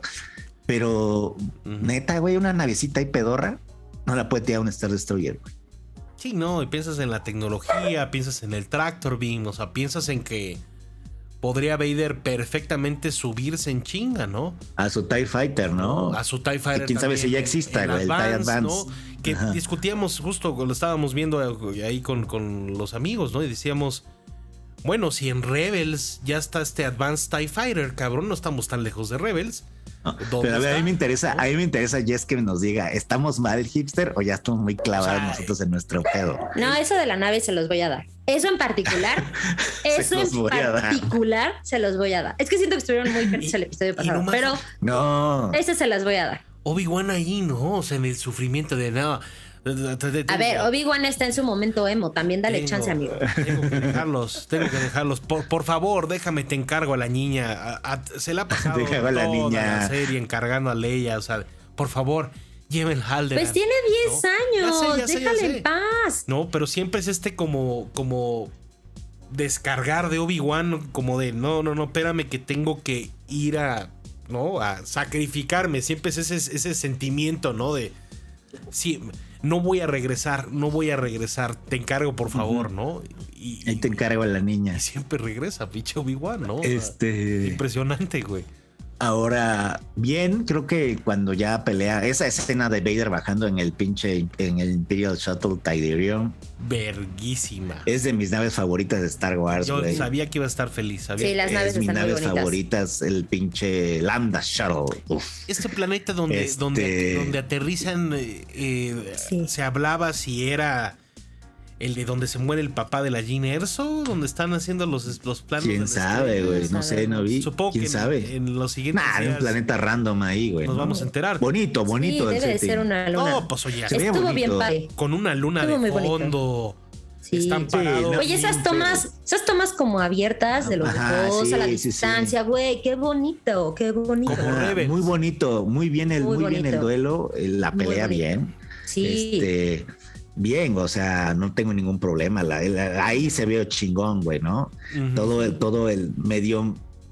Pero, neta, güey, una navecita y pedorra no la puede tirar un Star Destroyer, güey. Sí, no, y piensas en la tecnología, piensas en el Tractor Beam, o sea, piensas en que podría Vader perfectamente subirse en chinga, ¿no? A su TIE Fighter, ¿no? A su TIE Fighter. Y quién sabe también, si ya el- exista, el güey, el TIE Advance. ¿no? Que Ajá. discutíamos justo, lo estábamos viendo ahí con, con los amigos, ¿no? Y decíamos, bueno, si en Rebels ya está este Advanced TIE Fighter, cabrón, no estamos tan lejos de Rebels. No, ¿Dónde pero a ver, a mí está? me interesa, ¿No? a mí me interesa, Jess, que nos diga, ¿estamos mal hipster o ya estamos muy clavados O sea, nosotros en nuestro pedo? No, eso de la nave se los voy a dar. Eso en particular, Se eso los en voy a dar. particular se los voy a dar. Es que siento que estuvieron muy felices el episodio y pasado, nomás- pero No. ese se las voy a dar. Obi-Wan ahí, ¿no? O sea, en el sufrimiento de nada. A ver, Obi-Wan está en su momento emo, también dale Tengo- chance, amigo. Tengo que dejarlos, tengo que dejarlos. Por, por favor, déjame, te encargo a la niña. A- a- se la ha pasado Déjame a la toda niña. la serie encargando a Leia. O sea, por favor, lleven Halderan. Pues tiene diez ¿no? años, Ya sé, ya sé, ya déjale sé. en paz. No, pero siempre es este como, como descargar de Obi-Wan, como de no, no, no, espérame que tengo que ir a, ¿no? A sacrificarme. Siempre es ese, ese sentimiento, ¿no? De sí, no voy a regresar, no voy a regresar, te encargo por favor, ¿no? Y, Ahí te encargo a la niña. y siempre regresa, pinche Obi-Wan, ¿no? O sea, Este. impresionante, güey. Ahora, bien, creo que cuando ya pelea, esa escena de Vader bajando en el pinche, en el Imperial Shuttle Tydirium, Verguísima. es de mis naves favoritas de Star Wars, Yo güey. sabía que iba a estar feliz. Sabía Sí, que- las naves Es mis están muy naves bonitas. favoritas, el pinche Lambda Shuttle. Uf. Este planeta donde, Este- donde, donde aterrizan, eh, eh, Sí. se hablaba si era el de donde se muere el papá de la Jyn Erso, donde están haciendo los, los planos. ¿Quién sabe, güey? No sé, no vi. Supongo ¿Quién que sabe? En, en los siguientes Nah, días un planeta random ahí, güey. nos ¿no? vamos a enterar. Bonito, bonito. Sí, el debe de setting. ser una luna. No, pues oye, Se veía Estuvo bien bonito. padre. con una luna Estuvo de muy bonito. fondo. Sí. Están Sí, parados. no, Oye, esas sí, tomas, esas tomas como abiertas de los Ajá, dos sí, a la sí, sí. distancia, güey, qué bonito, qué bonito. Como Ajá, Rebels. muy bonito, muy bien el, muy, Muy bien el bonito. duelo, eh, la Muy pelea bonito. bien. Sí. Este, bien, o sea, no tengo ningún problema. La, la- ahí se ve chingón, güey, ¿no? Ujú. Todo el, todo el medio.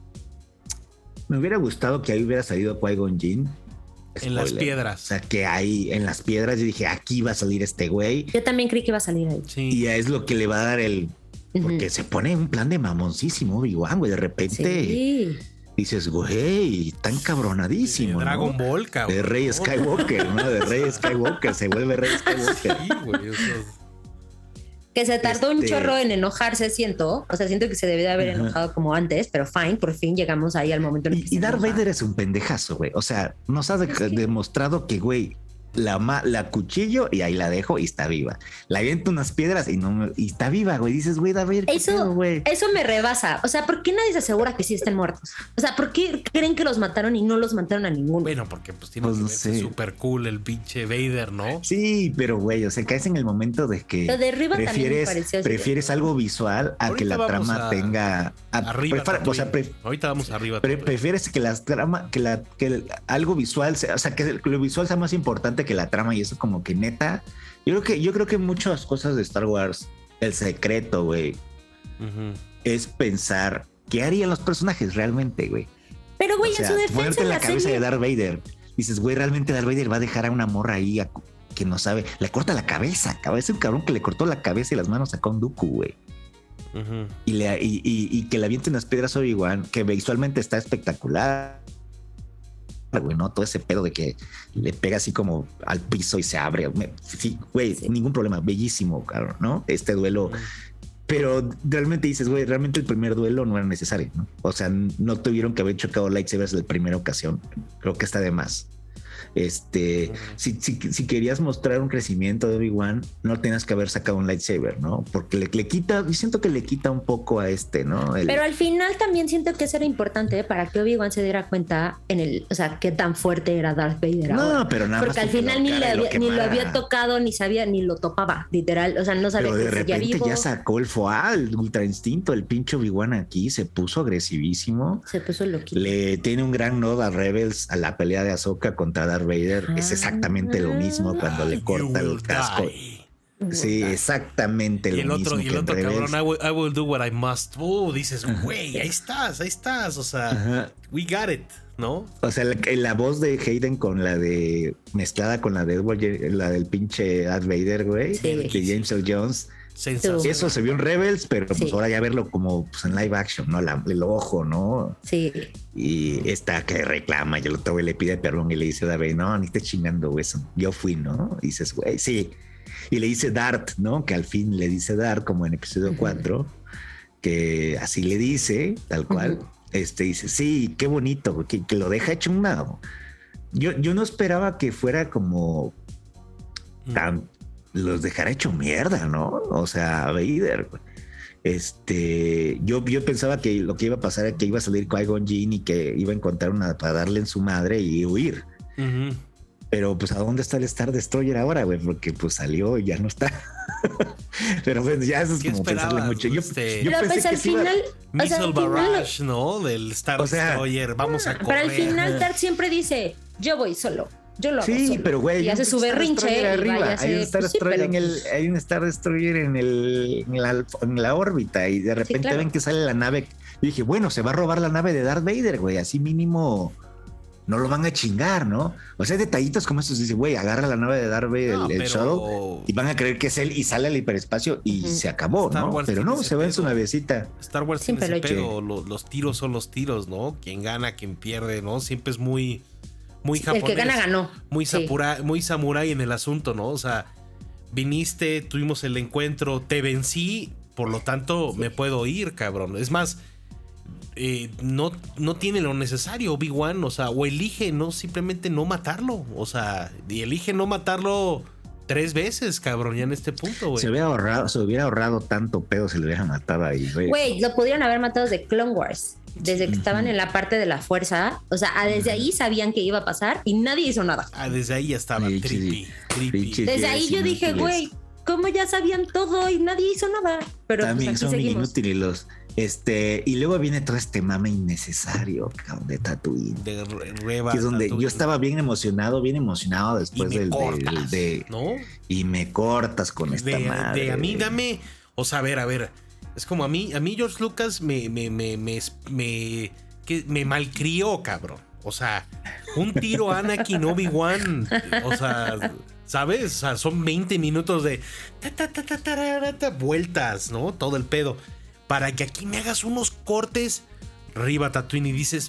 Me hubiera gustado que ahí hubiera salido Qui-Gon Jinn. En las Spoiler. piedras. O sea, que ahí en las piedras yo dije, aquí va a salir este güey. Yo también creí que iba a salir ahí. Sí. Y es lo que le va a dar el. Porque Ujú. se pone un plan de mamoncísimo, Obi-Wan, güey. De repente Sí. dices, güey, tan cabronadísimo. De Dragon ¿no? Ball, cabrón. De Rey Skywalker, ¿no? De Rey Skywalker, se vuelve Rey Skywalker. Sí, güey. o sea, Que se tardó un Este- chorro en enojarse, siento. O sea, siento que se debió de haber Ajá. enojado como antes, pero fine, por fin llegamos ahí al momento en el que Y, se y Darth enoja. Vader es un pendejazo, güey. O sea, nos ha de- Es que- demostrado que, güey, la, ma- la cuchillo y ahí la dejo y está viva. La aviento unas piedras y no me- y está viva, güey. Dices, güey, Darth Vader, ¿qué Eso, pedo, güey? eso me rebasa. O sea, ¿por qué nadie se asegura que sí estén muertos? O sea, ¿por qué creen que los mataron y no los mataron a ninguno? Bueno, porque pues tiene Pues que no verse sé. súper cool el pinche Vader, ¿no? Sí, pero güey, o sea, caes en el momento de que Lo de arriba también me prefieres, pareció así de- prefieres algo visual a Ahorita que la vamos trama a- tenga a- Arriba. prefiere- o sea, Tatooine. pre- Ahorita vamos arriba. Pre- Tatooine. prefieres que la trama, que la, que el- algo visual, sea, o sea, que lo visual sea más importante que la trama y eso como que neta. Yo creo que, yo creo que muchas cosas de Star Wars, el secreto, güey, Ujú. es pensar qué harían los personajes realmente, güey. Pero, güey, O sea, en su defensa ponerte en en la la cabeza serie... de Darth Vader. Dices, güey, realmente Darth Vader va a dejar a una morra ahí a- que no sabe. Le corta la cabeza, cabrón. Es un cabrón que le cortó la cabeza y las manos a Count Dooku, güey. Ujú. Y, le, y, y, y que le avienten las piedras a Obi-Wan, que visualmente está espectacular, güey, ¿no? Todo ese pedo de que le pega así como al piso y se abre. Me- sí, güey, Sí. ningún problema, bellísimo, cabrón, ¿no? Este duelo. Pero realmente dices, güey, realmente el primer duelo no era necesario, ¿no? O sea, no tuvieron que haber chocado lightsabers en la primera ocasión. Creo que está de más. Este, Ujú. si, si, si querías mostrar un crecimiento de Obi-Wan, no tenías que haber sacado un lightsaber, ¿no? Porque le, le quita, yo siento que le quita un poco a este, ¿no? El- Pero al final también siento que eso era importante para que Obi-Wan se diera cuenta en el, o sea, qué tan fuerte era Darth Vader ahora. no, pero nada Porque más al porque final lo ni, le cara y había, ni lo quemara. había tocado, ni sabía, ni lo topaba, literal. O sea, no sabía Pero de que seguía repente vivo. ya sacó el foie, el ultra instinto, el pinche Obi-Wan aquí se puso agresivísimo. Se puso loquito. Le tiene un gran nodo a Rebels a la pelea de Ahsoka contra Darth Vader. Es exactamente lo mismo cuando le You corta will el casco. die. Sí, exactamente Y lo el otro, mismo y el que en otro Rebels. cabrón, I will, I will do what I must. Uh, dices, güey, ahí estás, ahí estás. O sea, Ajá. we got it, ¿no? O sea, la, la voz de Hayden con la de mezclada con la de Edward, la del pinche Darth Vader, güey, Sí. de James Earl Jones. Sensacional. Eso se vio en Rebels, pero pues Sí. ahora ya verlo como pues, en live action, ¿no? La- el ojo, ¿no? Sí. Y esta que reclama y el otro güey le pide perdón y le dice a David, no, ni estés chingando, güey, eso. Yo fui, ¿no? Y dices, güey, sí. Y le dice Dart, ¿no? Que al fin le dice Dart, como en episodio Ujú. cuatro, que así le dice, tal cual. Ujú. Este dice, sí, qué bonito, güey, que, que lo deja hecho un lado. Yo, yo no esperaba que fuera como tan, los dejara hecho mierda, ¿no? O sea, Vader, güey. Este, yo, yo pensaba que lo que iba a pasar era que iba a salir Qui-Gon Jinn y que iba a encontrar una para darle en su madre y huir. Ujú. Pero pues, ¿a dónde está el Star Destroyer ahora, güey? Porque pues salió y ya no está. Pero pues ya eso es ¿Qué como pensarle esperabas, mucho. Yo, este? yo Pero pensé pues que al sí iba- final. o sea, Missile al final- Barrage, ¿no? Del Star O sea, Destroyer. Vamos a Pero correr. al final Darth siempre dice, yo voy solo. Yo lo hago Sí, solo. pero güey, y hay hace un su Star berrinche Destroyer y arriba. vaya a Hay un hacer- Star pues sí, Destroyer pero en el, pues- hay un Star Destroyer en el, en la, en la órbita y de repente claro. ven que sale la nave. Y dije, bueno, se va a robar la nave de Darth Vader, güey. Así mínimo no lo van a chingar, ¿no? O sea, hay detallitos como estos. Dice, güey, agarra la nave de Darth Vader, No, el, el pero- Shadow, y van a creer que es él y sale al hiperespacio y Ujú. se acabó, Star ¿no? Wars Pero tiene no, ese se va en su pedo. navecita. Star Wars Siempre tiene ese lo he pedo. Lo- Los, tiros son los tiros, ¿no? Quien gana, quien pierde, ¿no? Siempre es muy, muy El japonés. que gana, ganó. Muy, Sí. sapura- muy samurái en el asunto, ¿no? O sea, viniste, tuvimos el encuentro, te vencí, por lo tanto me puedo ir, cabrón. Es más, eh, no, no tiene lo necesario Obi-Wan, o sea, o elige no simplemente no matarlo, o sea, y elige no matarlo tres veces, cabrón, ya en este punto, güey. Se hubiera ahorrado, se hubiera ahorrado tanto pedo si lo hubieran matado ahí, güey. Güey, lo pudieron haber matado desde Clone Wars. Desde que uh-huh. estaban en la parte de la fuerza. O sea, desde uh-huh. ahí sabían que iba a pasar y nadie hizo nada. Ah, desde ahí ya estaba sí, trippy, trippy. Sí, desde ahí yo dije, güey, ¿cómo ya sabían todo y nadie hizo nada? Pero también pues, son seguimos. inútiles los... Este, y luego viene todo este mame innecesario, cabrón, de Tatooine. De Reba, que es donde Tatooine. Yo estaba bien emocionado, bien emocionado después del, cortas, del de, ¿no? Y me cortas con de, esta madre. De a mí dame, o sea, a ver, a ver, es como a mí, a mí George Lucas me, me, me, me, me, que me malcrió, cabrón. O sea, un tiro a Anakin Obi-Wan, o sea, ¿sabes? O sea, son veinte minutos de ta, ta, ta, ta, ta, ta, vueltas, ¿no? Todo el pedo. Para que aquí me hagas unos cortes arriba Tatooine y dices,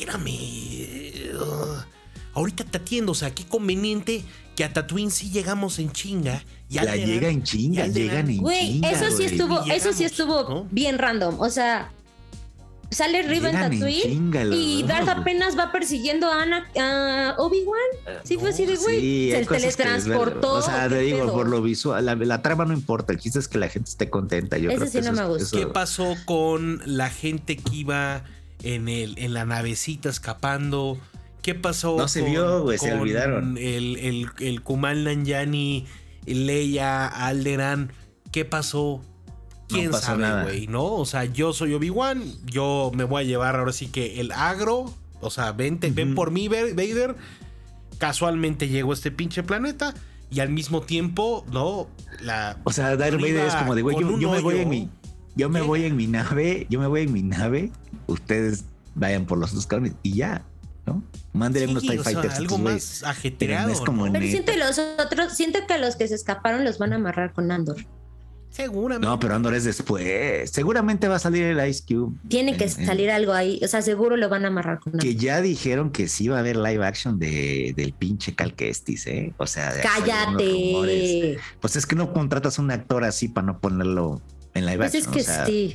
espérame, uh, ahorita te atiendo, o sea, qué conveniente que a Tatooine sí llegamos en chinga. Y la Alderan, llega en chinga, llegan en wey, chinga. Eso sí estuvo, llegamos, eso sí estuvo ¿no? bien random, o sea, sale Riva en Tatooine y Darth apenas va persiguiendo a, Ana, a Obi-Wan. Sí, no, fue así de güey. Sí, se teletransportó. O sea, te digo, pedo? por lo visual, la, la trama no importa. El chiste es que la gente esté contenta. Yo Ese creo sí que no eso, me gustó. Eso... ¿Qué pasó con la gente que iba en, el, en la navecita escapando? ¿Qué pasó? No se con, vio, güey, se olvidaron. El, el, el Kumail Nanjiani, Leia, Alderaan. ¿Qué pasó? ¿Quién no sabe, güey? ¿No? O sea, yo soy Obi-Wan, yo me voy a llevar ahora sí que el agro, o sea, vente, uh-huh. ven por mí, Vader. Casualmente llegó a este pinche planeta y al mismo tiempo, ¿no? La o sea, Darth Vader es como de, güey, yo, yo me voy en mi, yo me voy en mi nave, yo me voy en mi nave, ustedes vayan por los dos cabrones y ya, ¿no? Mándenle sí, unos TIE Fighters. Sea, algo más ajetreado. Pero, es como ¿no? Pero siento los otros, siento que los que se escaparon los van a amarrar con Andor. Seguramente. No, pero Andor es después. Seguramente va a salir el Ice Cube. Tiene que en, salir en... algo ahí. O sea, seguro lo van a amarrar con Andor. Que ya dijeron que sí va a haber live action de, del pinche Cal Kestis, ¿eh? O sea, de ¡cállate! Pues es que no contratas a un actor así para no ponerlo en live pues action. Pues es que o sea, sí.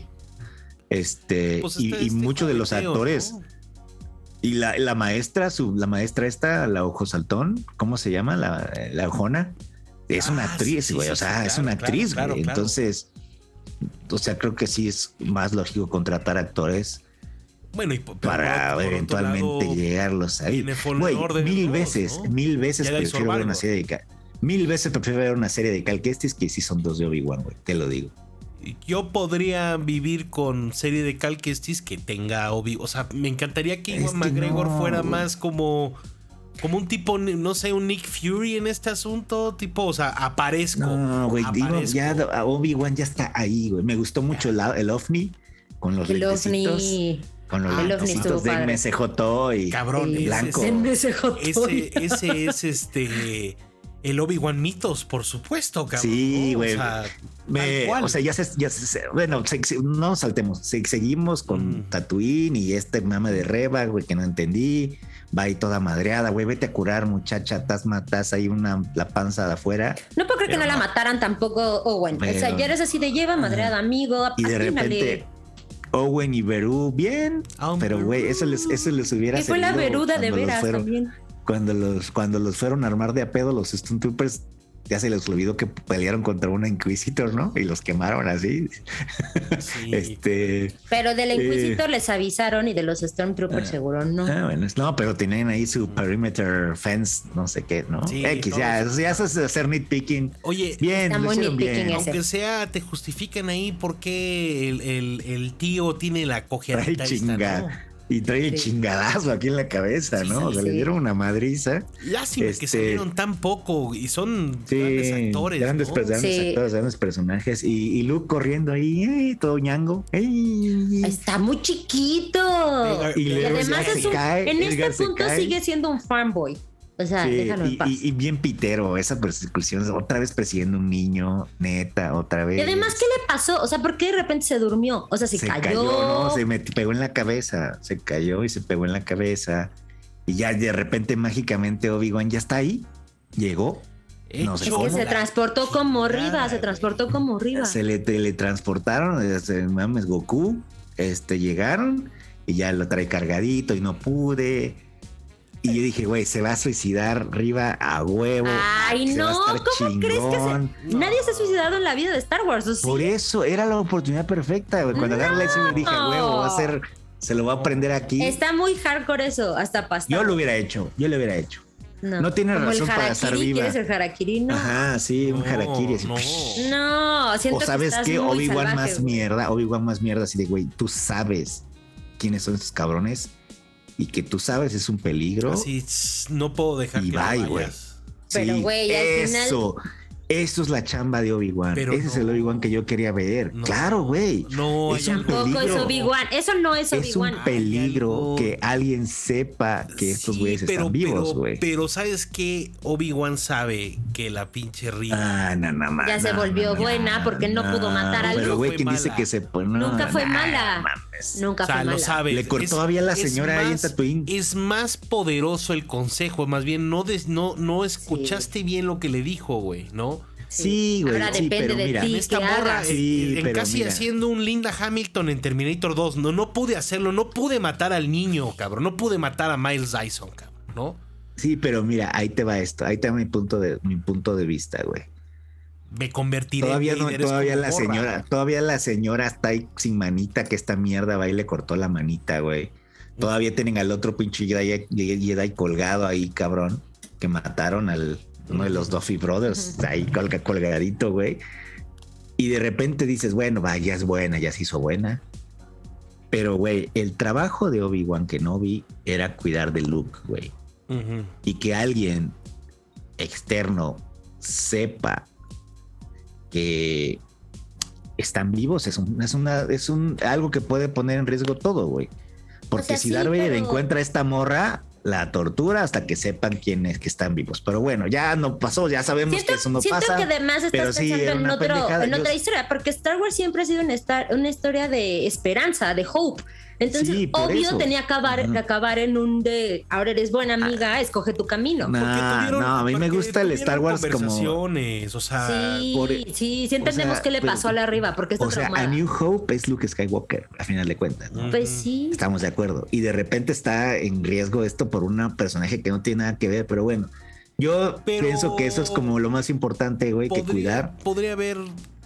Este, pues y, este y muchos de los feo, actores. ¿no? Y la, la maestra, su, la maestra esta, la Ojo Saltón, ¿cómo se llama? La, la Ojona. Es ah, una actriz, güey, sí, sí, o sea, sí, claro, es una actriz, claro, güey. Claro, Entonces, claro. o sea, creo que sí es más lógico contratar actores bueno, y, para por, por eventualmente lado, llegarlos ahí. Güey, mil dos, veces, ¿no? mil veces prefiero ver una serie de mil veces prefiero ver una serie de Cal Kestis que si son dos de Obi-Wan, güey, te lo digo. Yo podría vivir con serie de Cal Kestis que tenga Obi, o sea, me encantaría que Iwan McGregor no, fuera güey. más como Como un tipo, no sé, un Nick Fury en este asunto, tipo, o sea, aparezco. No, güey, digo, ya Obi-Wan ya está ahí, güey. Me gustó mucho el, el OVNI con los el lentecitos. OVNI. Con los ah, lentecitos de M S J y cabrón, y blanco. M S J. Ese, ese es este... El Obi-Wan Mitos, por supuesto, cabrón. Sí, güey. O sea, Me, o sea, ya se, ya se, bueno, se, se, no saltemos. Se, seguimos con mm. Tatooine y este mame de Reba, güey, que no entendí. Va ahí toda madreada, güey, vete a curar, muchacha, estás matas ahí una, la panza de afuera. No puedo creer que no, no la mataran tampoco Owen. Pero, o sea, ya eres así de lleva madreada, amigo. Y de repente Owen y Beru, bien. Oh, pero, güey, eso les, eso les hubiera servido. Y fue la Beruda de veras fueron, también. Cuando los, cuando los fueron a armar de a pedo los Stone Troopers, ya se les olvidó que pelearon contra una Inquisitor, ¿no? Y los quemaron así. Sí. Este, pero de la Inquisitor eh, les avisaron y de los Stormtroopers uh, seguro no. Ah, bueno, no, pero tenían ahí su perimeter fence, no sé qué, ¿no? Sí, X, ya, eso ya es hacer nitpicking. Oye, bien, lo hicieron bien. Aunque sea, te justifican ahí porque el, el, el tío tiene la cojerita esta, ¿no? Y trae el sí. chingadazo aquí en la cabeza, sí, ¿no? Sí, o sea, sí. le dieron una madriza. Lástima este, que salieron tan poco y son sí, grandes actores. Grandes, ¿no? grandes sí. actores, grandes personajes. Y, y Luke corriendo ahí, ¡ay! Todo ñango. ¡Ay! Está muy chiquito. Y, y, y además es un, cae, en este punto cae. sigue siendo un farmboy. O sea, sí, déjalo en paz. Y, y bien pitero, esa persecución, otra vez persiguiendo un niño, neta, otra vez. Y además, ¿qué le pasó? O sea, ¿por qué de repente se durmió? O sea, se, se cayó. cayó. No, se me pegó en la cabeza, se cayó y se pegó en la cabeza. Y ya de repente, mágicamente, Obi-Wan ya está ahí, llegó. No sé cómo. Se transportó como Riva, se transportó como Riva. Se le teletransportaron, desde mames Goku, este, llegaron y ya lo trae cargadito y no pude. Y yo dije, güey, se va a suicidar Riva a huevo. Ay, no, ¿cómo chingón. crees que se... no. Nadie se ha suicidado en la vida de Star Wars? ¿O sí? Por eso, era la oportunidad perfecta, güey. Cuando no. agarré la me dije, huevo, va a ser, se lo va a aprender aquí. Está muy hardcore eso, hasta pasar. Yo lo hubiera hecho, yo lo hubiera hecho. No, no tiene Como razón para estar viva. ¿Quieres el harakiri? No. Ajá, sí, un no, harakiri. Así. No, no, siento o sabes que qué, Obi-Wan más güey. mierda, Obi-Wan más mierda, así de, güey, tú sabes quiénes son estos cabrones y que tú sabes es un peligro. Así, no puedo dejar y que bye, no güey. Pero, güey, sí, al eso. final... Eso es la chamba de Obi-Wan. Ese no, es el Obi-Wan que yo quería ver. No, claro, güey. No, es un tampoco peligro. es Obi-Wan. Eso no es Obi-Wan. Es un peligro que alguien sepa que estos sí, güeyes están vivos, güey. Pero, pero ¿sabes qué? Obi-Wan sabe que la pinche Riva ah, no, no, no, ya no, se volvió no, buena porque no, no pudo matar a alguien. Pero, güey, ¿quién dice que se pues, no, Nunca fue no, mala. Mames. Nunca o sea, fue lo mala. Sabe. Le cortó es, todavía la señora ahí en Tatooine. Es más poderoso el consejo. Más bien, no, des, no, no escuchaste sí. bien lo que le dijo, güey, ¿no? Sí, güey. Ahora sí, depende pero de mira, ti. Esta morra, sí, en, en pero casi mira. haciendo un Linda Hamilton en Terminator dos. No, no pude hacerlo. No pude matar al niño, cabrón. No pude matar a Miles Dyson, cabrón, ¿no? Sí, pero mira, ahí te va esto. Ahí te va mi punto de, mi punto de vista, güey. Me convertiré todavía en no, todavía la morra. señora, todavía la señora está ahí sin manita, que esta mierda va y le cortó la manita, güey. Todavía tienen al otro pinche Jedi, Jedi colgado ahí, cabrón, que mataron al uno de los Duffy Brothers, uh-huh. ahí colga, colgadito, güey. Y de repente dices, bueno, va, ya es buena, ya se hizo buena. Pero, güey, el trabajo de Obi-Wan Kenobi era cuidar de Luke, güey. Uh-huh. Y que alguien externo sepa que están vivos es, un, es, una, es un, algo que puede poner en riesgo todo, güey. Porque o sea, si sí, Darth Vader pero... encuentra a esta morra, la tortura hasta que sepan quiénes que están vivos. Pero bueno, ya no pasó, ya sabemos siento, que eso no siento pasa. Siento que además estás sí, pensando en, otro, en otra Yo... historia, porque Star Wars siempre ha sido una, star, una historia de esperanza, de hope. Entonces, sí, obvio, eso. tenía que acabar, uh-huh. acabar en un de ahora eres buena amiga, ah. escoge tu camino. No, tuvieron, no a mí me gusta el Star Wars como. O sea, sí, por, sí, sí entendemos o sea, qué le pasó pero, a la arriba, porque está O sea, traumada. A New Hope es Luke Skywalker, a final de cuentas, ¿no? Pues sí. Estamos de acuerdo. Y de repente está en riesgo esto por un personaje que no tiene nada que ver, pero bueno. Yo pero pienso que eso es como lo más importante, güey, que cuidar. Podría haber.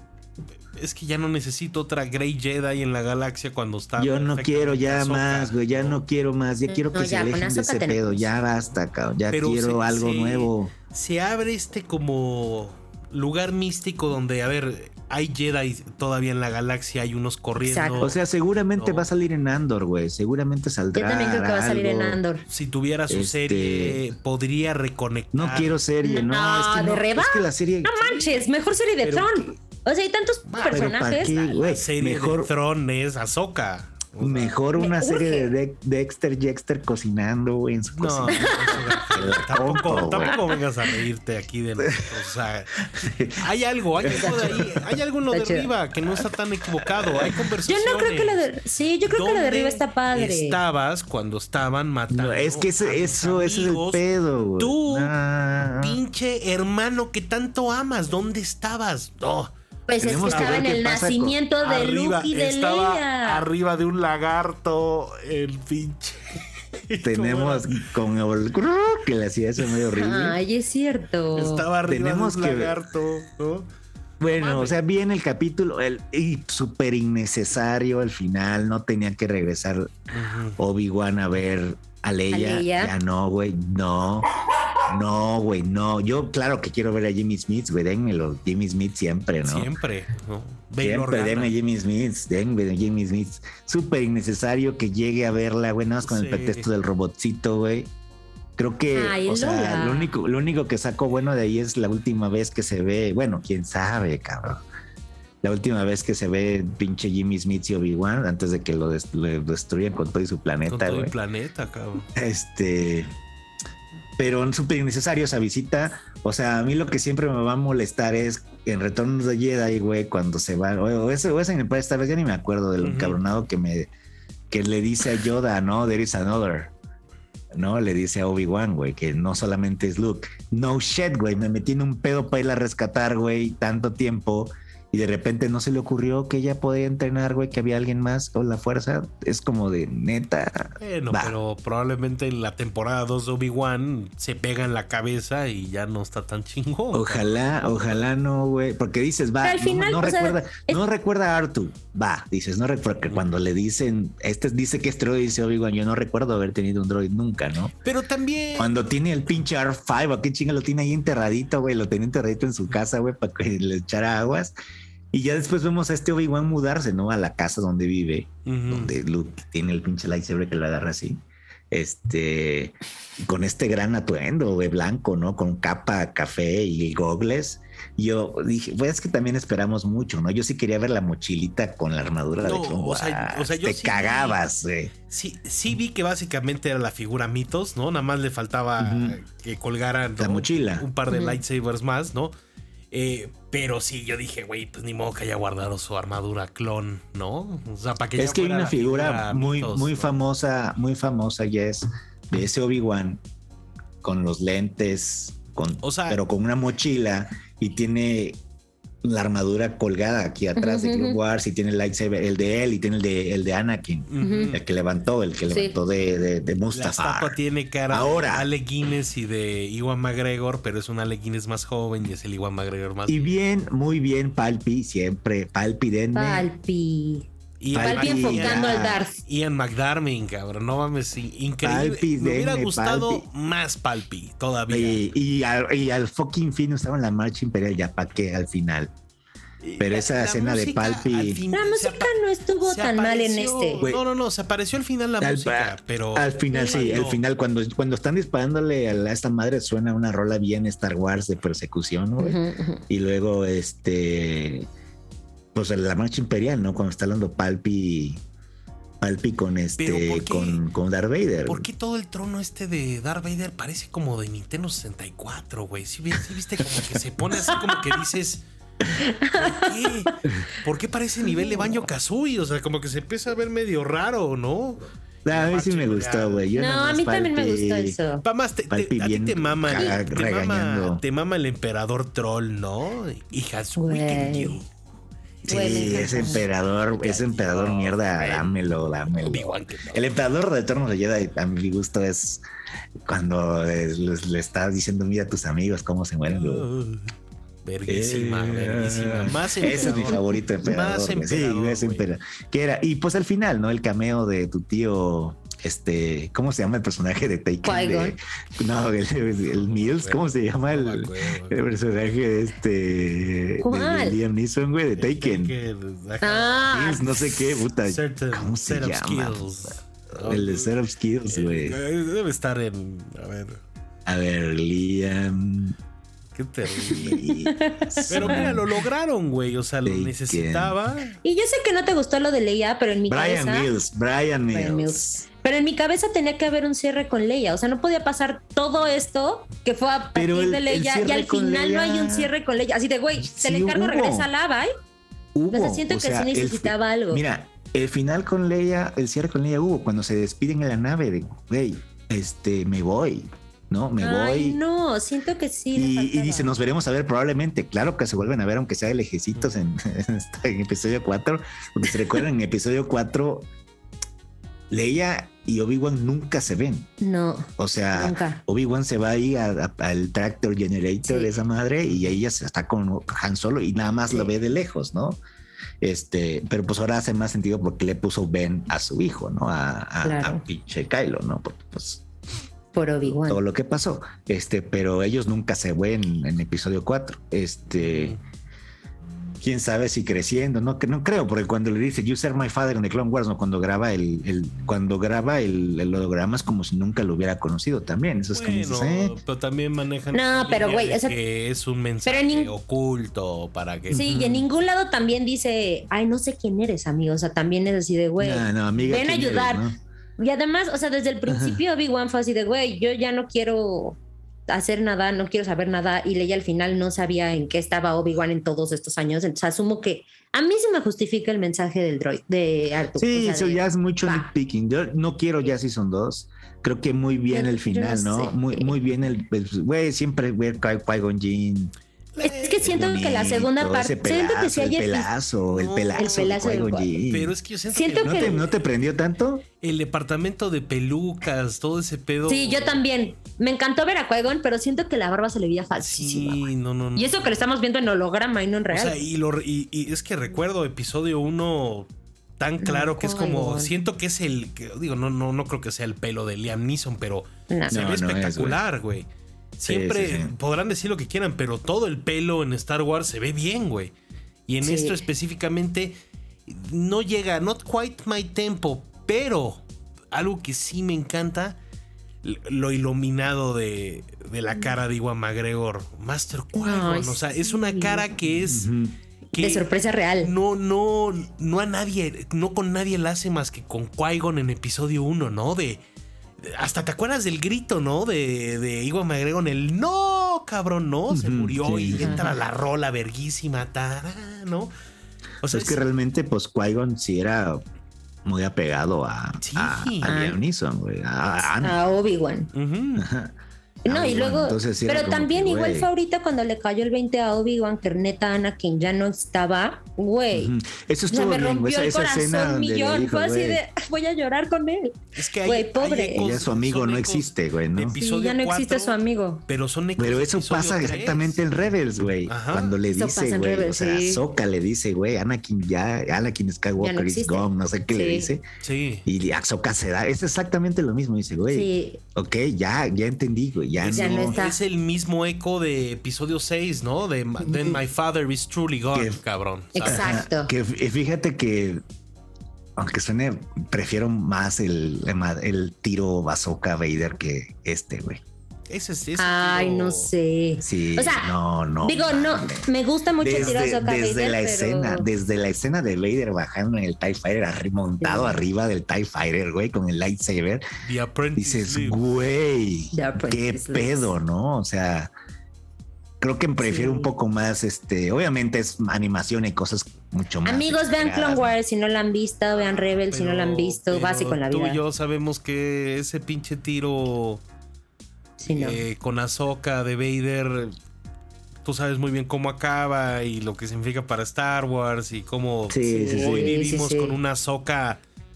Es que ya no necesito otra Grey Jedi en la galaxia cuando está. Yo no quiero ya Ahsoka, más, güey. Ya no, no quiero más. Ya quiero que no, se ya, alejen de ese tenemos. pedo. Ya basta, cabrón. Ya Pero quiero se, algo se, nuevo. Se abre este como lugar místico donde, a ver, hay Jedi todavía en la galaxia, hay unos corriendo. Exacto. O sea, seguramente no. va a salir en Andor, güey. Seguramente saldrá. Yo también creo que va a salir algo. en Andor. Si tuviera su este... serie, podría reconectar. No quiero serie, no. No, es que ¿de no, Reba? Es que la serie. No manches, mejor serie de Tron. Que... O sea, hay tantos ah, personajes. Qué, la serie mejor, de Tron es Ahsoka. Mejor una Me serie urge. de Dexter Jexter cocinando, güey, en su no, cocina. No, no, tampoco, tampoco vengas a reírte aquí de nosotros. O sea, hay algo, hay algo de ahí, hay algo en lo de arriba que no está tan equivocado. Hay conversaciones. Yo no creo que lo de, sí, yo creo que lo de arriba está padre. Estabas cuando estaban matando. No, es que eso, eso, eso es el pedo, güey. Tú, nah. pinche hermano que tanto amas, ¿dónde estabas? No. Pues es que estaba en el nacimiento con... de arriba, Luke y de estaba Leia. Arriba de un lagarto, el pinche. Tenemos con el que le hacía eso medio horrible. Ay, es cierto. Estaba arriba Tenemos de un que... lagarto, ¿no? Bueno, Mame. o sea, bien el capítulo, el, y súper innecesario al final, no tenía que regresar uh-huh. Obi-Wan a ver a Leia. ¿A Leia? Ya no, güey, no. No, güey, no. Yo, claro que quiero ver a Jimmy Smith, güey. Dénmelo. Jimmy Smith siempre, ¿no? Siempre, ¿no? Siempre, denme Jimmy Smith. Denme Jimmy Smith. Súper innecesario que llegue a verla, güey. Nada más con sí. el pretexto del robotcito, güey. Creo que, Ay, o sea, lo único, lo único que saco bueno de ahí es la última vez que se ve. Bueno, quién sabe, cabrón. La última vez que se ve pinche Jimmy Smith y Obi-Wan antes de que lo, des- lo destruyan con todo y su planeta, güey. Con todo el planeta, cabrón. Este... Pero súper innecesario esa visita. O sea, a mí lo que siempre me va a molestar es en Retorno de Jedi, güey, cuando se va. O eso es en el esta vez ya ni me acuerdo del uh-huh. cabronado que me que le dice a Yoda, ¿no? There is another. No, le dice a Obi-Wan, güey, que no solamente es Luke. No shit, güey. Me metí en un pedo para ir a rescatar, güey, tanto tiempo. y de repente no se le ocurrió que ella podía entrenar, güey, que había alguien más con la fuerza. Es como de neta. Bueno, va. Pero probablemente en la temporada dos de Obi-Wan se pega en la cabeza y ya no está tan chingón. Ojalá, ojalá no, güey. Porque dices, va, no, final, no recuerda, sea, no es... recuerda a Artu. Va, dices, no recuerda, porque cuando le dicen, este dice que es droid, dice Obi-Wan, yo no recuerdo haber tenido un droid nunca, ¿no? Pero también. Cuando tiene el pinche R cinco, ¿a qué chinga lo tiene ahí enterradito, güey? Lo tenía enterradito en su casa, güey, para que le echara aguas. Y ya después vemos a este Obi-Wan mudarse, ¿no? A la casa donde vive, uh-huh. donde Luke tiene el pinche lightsaber que lo agarra así. Este, con este gran atuendo, güey, blanco, ¿no? Con capa café y gogles. Yo dije, pues es que también esperamos mucho, ¿no? Yo sí quería ver la mochilita con la armadura no, de Clone Wars. O sea, o sea, yo te sí cagabas, güey. Sí, sí vi que básicamente era la figura Mitos, ¿no? Nada más le faltaba uh-huh. que colgaran la ¿no? mochila. Un par de uh-huh. lightsabers más, ¿no? Eh, pero sí, yo dije, güey, pues ni modo que haya guardado su armadura clon, ¿no? O sea, para que es que hay una figura, figura muy, mitos, muy ¿no? famosa, muy famosa, Jess, de ese Obi-Wan con los lentes, con, o sea, pero con una mochila y tiene la armadura colgada aquí atrás uh-huh. de Clone Wars y tiene el lightsaber, el de él y tiene el de, el de Anakin, uh-huh. el que levantó, el que sí. levantó de, de, de Mustafar. La estatua tiene cara Ahora, de Alec Guinness y de Ewan McGregor, pero es un Alec Guinness más joven y es el Ewan McGregor más Y bien, muy bien, Palpi, siempre, Palpi, denme. Palpi. Y Palpi enfocando al Darth. Ian McDarmin, cabrón, no mames, increíble. Palpi, me hubiera denme, gustado Palpi. Más Palpi todavía. Y, y, al, y al fucking fin usaban la marcha imperial, ya para qué al final. Pero esa la escena de Palpi. Fin, la música no estuvo tan apareció, mal en este. Wey, no, no, no, se apareció al final la al, música, pero. Al final, sí, no. al final, cuando, cuando están disparándole a esta madre, suena una rola bien Star Wars de persecución, güey. Uh-huh, uh-huh. Y luego, este. Pues la marcha imperial, ¿no? Cuando está hablando Palpi. Palpi con este. Con, con Darth Vader. ¿Por qué todo el trono este de Darth Vader parece como de Nintendo sesenta y cuatro, güey? ¿Sí, ¿Sí viste como que se pone así como que dices. ¿Por qué? ¿Por qué parece nivel de Banjo-Kazooie? O sea, como que se empieza a ver medio raro, ¿no? A mí sí me gustó, güey. No, a mí también me gustó eso. Más te, te, a ti te mama, te, te, mama, te mama el emperador troll, ¿no? Hija, weekend you. Sí, ese emperador, ese emperador no, mierda, man. dámelo, dámelo. No. El emperador de Retorno de Jedi, a mi gusto, es cuando le, le estás diciendo, mira a tus amigos cómo se mueren. Uh, verguísima, eh, verguísima. Más emperador. Ese es mi favorito emperador. Más emperador, sí, ese emperador. Que era, y pues al final, ¿no? El cameo de tu tío. Este, ¿cómo se llama el personaje de Taken? De, no, el, el, el Mills, ¿cómo se llama el, el personaje de este? ¿Cuál? De, de Liam Neeson, güey, de Taken. Ah, Mills, no sé qué, puta. ¿Cómo se llama? El de Set of Skills, güey. Debe estar en, a ver. A ver, Liam. Qué terrible. Pero mira, lo lograron, güey. O sea, lo Taken. necesitaba. Y yo sé que no te gustó lo de Leia, pero en mi Brian cabeza. Mills, Brian Mills. Brian Mills. Pero en mi cabeza tenía que haber un cierre con Leia. O sea, no podía pasar todo esto que fue a partir el, de Leia y al final Leia... no hay un cierre con Leia. Así de, güey, se sí, le encargo, hubo. regresa a la bye. Hubo. O sea, siento o que sea, sí necesitaba el, algo. Mira, el final con Leia, el cierre con Leia hubo cuando se despiden en la nave de, güey, este, me voy. No, me Ay, voy. No, siento que sí. Y, y dice, nos veremos a ver probablemente. Claro que se vuelven a ver, aunque sea de lejecitos en, en, en episodio cuatro. Porque se recuerdan, en episodio cuatro, Leia y Obi-Wan nunca se ven. No. O sea, nunca. Obi-Wan se va ahí al Tractor Generator de sí. esa madre y ella se está con Han Solo y nada más sí. lo ve de lejos, ¿no? Este, pero pues ahora hace más sentido porque le puso Ben a su hijo, ¿no? A, a, claro. a pinche Kylo, ¿no? Porque pues. Por Obi-Wan. Todo lo que pasó. Este, pero ellos nunca se ven en episodio cuatro. Este. Quién sabe si creciendo, no, que no creo, porque cuando le dice You Serve My Father en The Clone Wars, no, cuando graba el, el cuando graba el, el holograma es como si nunca lo hubiera conocido también. Eso es bueno, como dices, ¿eh? Pero también manejan no, pero güey, esa... que es un mensaje ni... oculto para que. Sí, uh-huh. y en ningún lado también dice, ay, no sé quién eres, amigo. O sea, también es así de güey. No, no, amiga, ven a ayudar. Eres, ¿no? Y además, o sea, desde el principio Obi-Wan fue así de güey, yo ya no quiero hacer nada, no quiero saber nada, y Leia al final no sabía en qué estaba Obi-Wan en todos estos años, entonces asumo que a mí se me justifica el mensaje del droid, de Artu. Sí, o sea, eso de, ya es mucho nitpicking. Yo no quiero ya Season dos, creo que muy bien yo, el final, no, ¿no? Muy, muy bien el, güey, siempre ver Qui-Gon Jinn. Es que siento bonito, que la segunda parte. Pelazo, siento que si hay el pelazo, el pelazo. El pelazo de del Qui-Gon. Pero es que yo siento, siento que, que... ¿No, te, ¿No te prendió tanto? El departamento de pelucas, todo ese pedo. Sí, yo también. Me encantó ver a Qui-Gon, pero siento que la barba se le veía falsísima. Sí, no, no, no. Y eso que lo estamos viendo en holograma y no en real. O sea, y, lo, y, y es que recuerdo episodio uno tan claro no, que es como... Siento que es el... Que, digo, no, no, no creo que sea el pelo de Liam Neeson, pero no. se no, ve no espectacular, güey. Siempre sí, sí, sí. podrán decir lo que quieran, pero todo el pelo en Star Wars se ve bien, güey. Y en sí. esto específicamente no llega, not quite my tempo, pero algo que sí me encanta, lo iluminado de, de la cara de Ewan McGregor, Master Qui-Gon. O sea, es una cara que es... Uh-huh. Que de sorpresa real. No, no, no a nadie, no con nadie la hace más que con Qui-Gon en episodio uno, ¿no? De... Hasta te acuerdas del grito, ¿no? De, de Ewan McGregor, el no, cabrón, ¿no? Se murió sí. y entra la rola verguísima, tará, ¿no? O sea, es, es que realmente, pues, Qui-Gon sí era muy apegado a, sí. a, a Liam Neeson, güey. A, a, a Obi-Wan. Uh-huh. No, y luego, Entonces, sí pero también que, igual fue ahorita cuando le cayó el veinte a Obi-Wan, que neta Anakin ya no estaba, güey. Uh-huh. Eso estuvo o sea, me rompió bien, el esa, corazón esa millón, fue así de, voy a llorar con él. Es que hay, güey, pobre. Ya su amigo no existe, güey, ¿no? Sí, ya no existe su amigo. Pero son Pero eso pasa tres. exactamente en Rebels, güey. Cuando le eso dice, güey, Rebels, o sea, sí. Ahsoka le dice, güey, Anakin ya, Anakin Skywalker no is gone, no sé qué sí. le dice. Sí. Y Ahsoka se da, es exactamente lo mismo, dice, güey. Sí. Ok, ya, ya entendí, güey, ya, ya no. no está. Es el mismo eco de episodio seis, ¿no? De Then My Father is Truly Gone, que, cabrón. ¿sabes? Exacto. Que fíjate que, aunque suene, prefiero más el, el tiro bazooka Vader que este, güey. Ese es ese Ay, tiro... no sé. Sí, o sea, no, no. Digo, vale. no, me gusta mucho desde, el tiro bazooka desde Vader, la pero... escena, desde la escena de Vader bajando en el TIE Fighter, montado sí. arriba del TIE Fighter, güey, con el lightsaber. Dices, güey, qué pedo, ¿no? O sea, creo que prefiero sí. un poco más, este, obviamente es animación y cosas mucho más. Amigos, vean Clone Wars si no la han visto, vean Rebels si no la han visto, básico en la vida. Tú y yo sabemos que ese pinche tiro sí, no. eh, con Ahsoka de Vader, tú sabes muy bien cómo acaba y lo que significa para Star Wars y cómo sí, sí, hoy sí, vivimos sí, sí. con una Ahsoka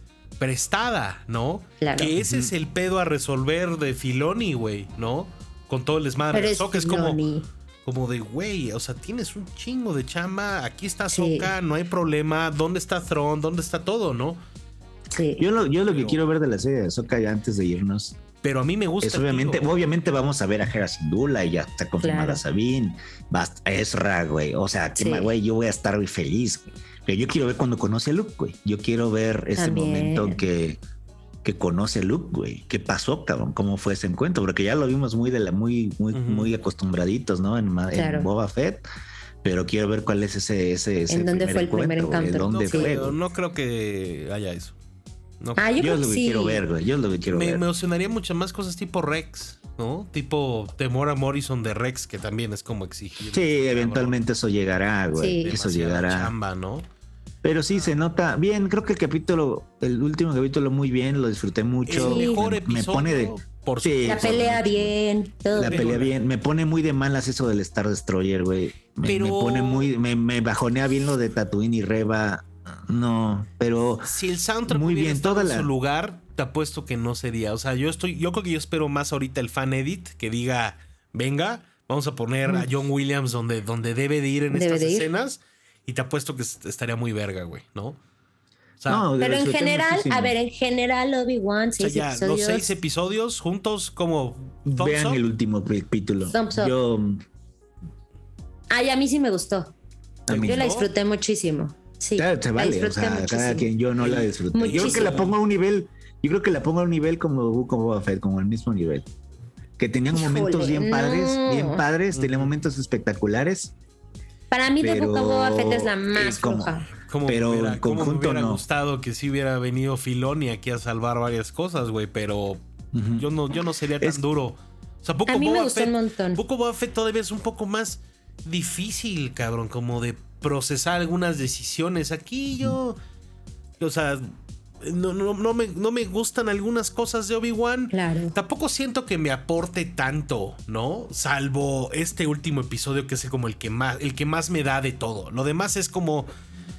prestada, ¿no? Claro. Que ese uh-huh. es el pedo a resolver de Filoni, güey, ¿no? Con todo el desmadre. Ahsoka es como... Como de, güey, o sea, tienes un chingo de chamba, aquí está Ahsoka, sí. no hay problema, ¿dónde está Thrawn? ¿Dónde está todo, no? Sí. Yo lo, yo lo que quiero ver de la serie de Ahsoka ya antes de irnos. Pero a mí me gusta. Es obviamente, obviamente vamos a ver a Hera Syndulla y ya está confirmada claro. Sabine, va a Ezra, güey. O sea, sí. güey, yo voy a estar muy feliz, güey. Pero yo quiero ver cuando conoce a Luke, güey. Yo quiero ver ese También. momento en que que conoce a Luke, güey. ¿Qué pasó, cabrón? ¿Cómo fue ese encuentro? Porque ya lo vimos muy de la muy muy uh-huh. muy acostumbraditos, ¿no? En, claro. en Boba Fett, pero quiero ver cuál es ese ese, ese ¿En dónde fue el primer encuentro? ¿Dónde no, fue? Creo, no creo que haya eso. No, ah, yo, yo es lo que sí. quiero ver, güey. Yo es lo que quiero me, ver. Me emocionaría muchas más cosas tipo Rex, ¿no? Tipo Temora Morrison de Rex, que también es como exigir. Sí, eventualmente eso llegará, güey. Sí. Eso llegará. Chamba, ¿no? Pero sí, se nota bien. Creo que el capítulo, el último capítulo muy bien, lo disfruté mucho. El mejor me, episodio. Me pone de... Por sí, la pelea bien. Todo la bien. pelea bien. Me pone muy de malas eso del Star Destroyer, güey. Me, pero... me pone muy... Me, me bajonea bien lo de Tatooine y Reva. No, pero... Si el soundtrack muy bien, toda en la... su lugar, te apuesto que no sería. O sea, yo estoy... Yo creo que yo espero más ahorita el fan edit que diga, venga, vamos a poner mm. a John Williams donde, donde debe de ir en debe estas de escenas. Y te apuesto que estaría muy verga, güey, ¿no? O sea, no, pero en general, muchísimo. a ver, en general Obi-Wan, seis o sea, ya, episodios. Los seis episodios juntos, como... Vean up? el último capítulo. Yo... Ay, a mí sí me gustó. Yo gustó? la disfruté muchísimo. Sí, claro, se vale. O sea, muchísimo. Cada quien, yo no la disfruté. Muchísimo. Yo creo que la pongo a un nivel, yo creo que la pongo a un nivel como, como Boba Fett, como el mismo nivel. Que tenían Híjole, momentos bien no. padres, bien padres, tenían momentos espectaculares. Para mí, pero, de Boca Boba Fett es la más como, floja. Como pero me hubiera, en conjunto como me hubiera no. gustado que sí hubiera venido Filoni aquí a salvar varias cosas, güey, pero uh-huh. yo no yo no sería tan es, duro. O sea, Boca a mí Boba me gustó Fett, un montón. Boca Boba Fett todavía es un poco más difícil, cabrón, como de procesar algunas decisiones. Aquí yo, uh-huh. o sea, no, no, no, me, no me gustan algunas cosas de Obi-Wan. Claro. Tampoco siento que me aporte tanto, ¿no? Salvo este último episodio que es como el que más, el que más me da de todo. Lo demás es como...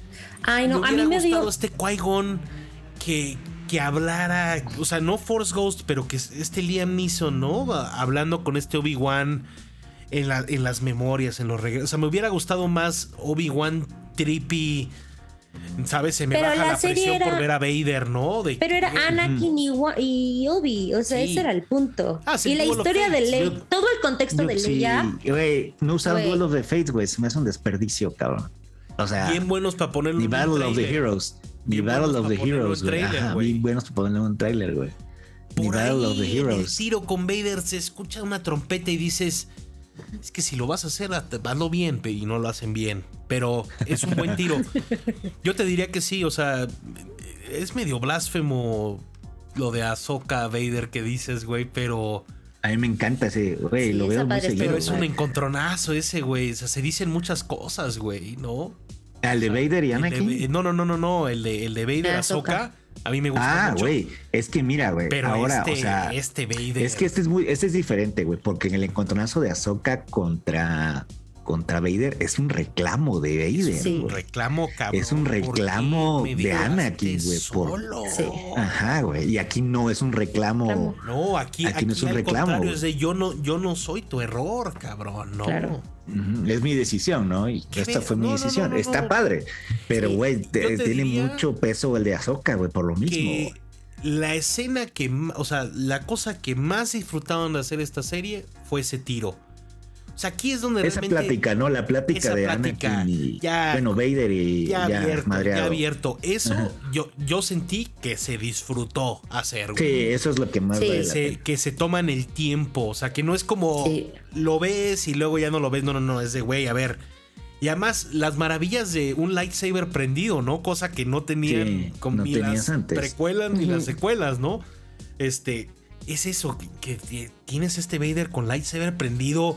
Ay, no, me a mí me gustado dio... este Qui-Gon que, que hablara, o sea, no Force Ghost, pero que este Liam Neeson, ¿no? Hablando con este Obi-Wan en, la, en las memorias, en los regresos. O sea, me hubiera gustado más Obi-Wan trippy, ¿sabes? Se me pero baja la, la presión era... por ver a Vader, ¿no? De... Pero era Anakin uh-huh. y, y Obi, o sea, sí. ese era el punto. Ah, sí, y la historia de Leia, todo el contexto yo, de Leia. Sí, güey, no usaron Duel of the Fates, güey, se me hace un desperdicio, cabrón. O sea, bien buenos para ponerlo en un trailer. Battle of the Heroes. Ni Battle of the Heroes, güey. Ajá, bien buenos para ponerlo en un trailer, güey. Ni Battle of the Heroes. El tiro con Vader se escucha una trompeta y dices, es que si lo vas a hacer, hazlo bien, y no lo hacen bien. Pero es un buen tiro. Yo te diría que sí, o sea, es medio blasfemo lo de Ahsoka Vader que dices, güey, pero... A mí me encanta ese, güey, sí, lo veo muy seguido. Pero es un encontronazo ese, güey. O sea, se dicen muchas cosas, güey, ¿no? ¿El de Vader y Anakin? De, no, no, no, no, no. El de, el de Vader Ahsoka. A mí me gusta ah, mucho. Ah, güey. Es que mira, güey. Pero ahora, este, o sea, este Vader. Es que este es muy, este es diferente, güey. Porque en el encontronazo de Ahsoka contra... contra Vader es un reclamo de Vader. Sí. Un reclamo, cabrón. Es un reclamo de Anakin, güey. Por... Sí. Ajá, güey. Y aquí no es un reclamo. No, aquí, aquí, aquí no es un al reclamo. Es de yo no, yo no soy tu error, cabrón. No. Claro. Uh-huh. Es mi decisión, ¿no? Y esta fue mi no, decisión. No, no, no, Está no. padre. Pero, güey, sí. te, te tiene mucho peso el de Ahsoka, güey, por lo mismo. La escena que, o sea, la cosa que más disfrutaban de hacer esta serie fue ese tiro. O sea, aquí es donde esa realmente... plática, ¿no? La plática de plática, Anakin y... Ya, bueno, Vader y... Ya, ya abierto, madreado. ya abierto. Eso yo, yo sentí que se disfrutó hacer. Sí, güey. Eso es lo que más... Sí, vale se, la que se toman el tiempo. O sea, que no es como... Sí. Lo ves y luego ya no lo ves. No, no, no. Es de, güey, a ver... Y además, las maravillas de un lightsaber prendido, ¿no? Cosa que no tenían sí, con no ni las antes. precuelas ni uh-huh. las secuelas, ¿no? Este... Es eso, que, que tienes este Vader con lightsaber prendido...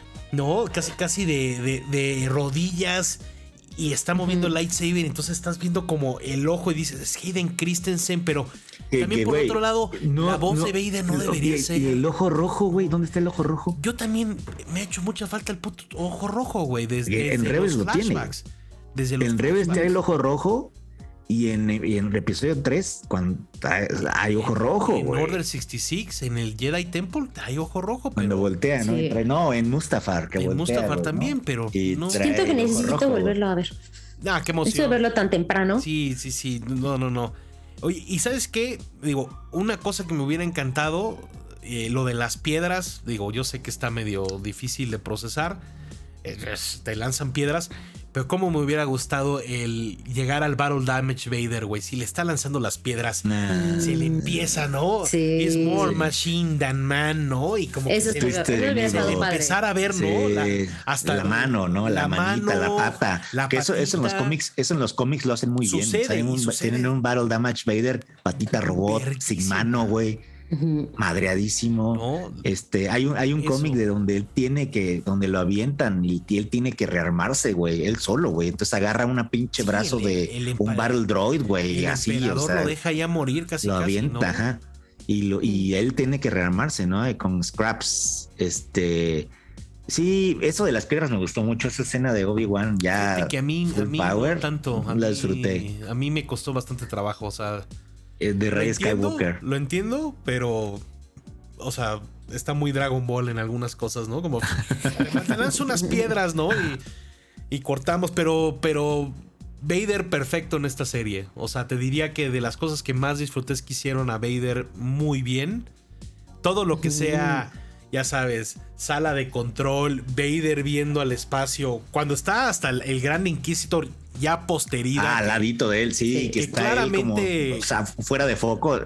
No, casi casi de, de, de rodillas y está moviendo el uh-huh. lightsaber, entonces estás viendo como el ojo y dices, es Hayden Christensen, pero que, también que, por wey, otro lado, no, la voz no, de Vader no, no debería y, ser. Y el ojo rojo, güey, ¿dónde está el ojo rojo? Yo también me ha hecho mucha falta el puto ojo rojo, güey, desde, desde en Rebels lo tiene. Desde los en Rebels tiene el ojo rojo. Y en, y en el episodio tres, cuando hay, hay ojo rojo, en güey. Order sesenta y seis, en el Jedi Temple, hay ojo rojo. Pero... Cuando voltea, ¿no? Sí. No, en Mustafar, que en voltea. En Mustafar ¿no? también, pero... No. Siento que necesito rojo, volverlo a ver. Ah, qué emoción. Necesito verlo tan temprano. Sí, sí, sí. No, no, no. Oye, ¿y sabes qué? Digo, una cosa que me hubiera encantado, eh, lo de las piedras, digo, yo sé que está medio difícil de procesar. Eh, te lanzan piedras... Pero cómo me hubiera gustado el llegar al Battle Damage Vader, güey. Si le está lanzando las piedras, nah. se le empieza, ¿no? Sí. Es more machine than man, ¿no? Y como Eso que se le empezar a ver, sí. ¿no? La, hasta la mano, ¿no? La, la manita, mano, la pata. La que eso, eso en los cómics, eso en los cómics lo hacen muy sucede, bien. Un, tienen un Battle Damage Vader, patita robot, verguísima. Sin mano, güey. Uh-huh. Madreadísimo. No, este, hay un, hay un cómic de donde él tiene que, donde lo avientan y él tiene que rearmarse, güey, él solo, güey. Entonces agarra una pinche sí, brazo el, de el un Battle Droid, güey, y así. El o sea, lo deja ya morir casi. Lo casi, avienta, ¿no? Ajá. Y, lo, y él tiene que rearmarse, ¿no? Y con scraps, este. Sí, eso de las piedras me gustó mucho, esa escena de Obi-Wan ya. Fíjate que a mí, a mí power, no tanto. A la mí, disfruté. A mí me costó bastante trabajo, o sea. De Rey Skywalker. Lo entiendo, pero. O sea, está muy Dragon Ball en algunas cosas, ¿no? Como te lanzan unas piedras, ¿no? Y, y cortamos, pero, pero Vader perfecto en esta serie. O sea, te diría que de las cosas que más disfruté es que hicieron a Vader muy bien. Todo lo que sea, ya sabes, sala de control, Vader viendo al espacio. Cuando está hasta el, el Gran Inquisitor ya posterida. Ah, al ladito de él, sí, sí que, que está claramente, él como, o sea, fuera de foco.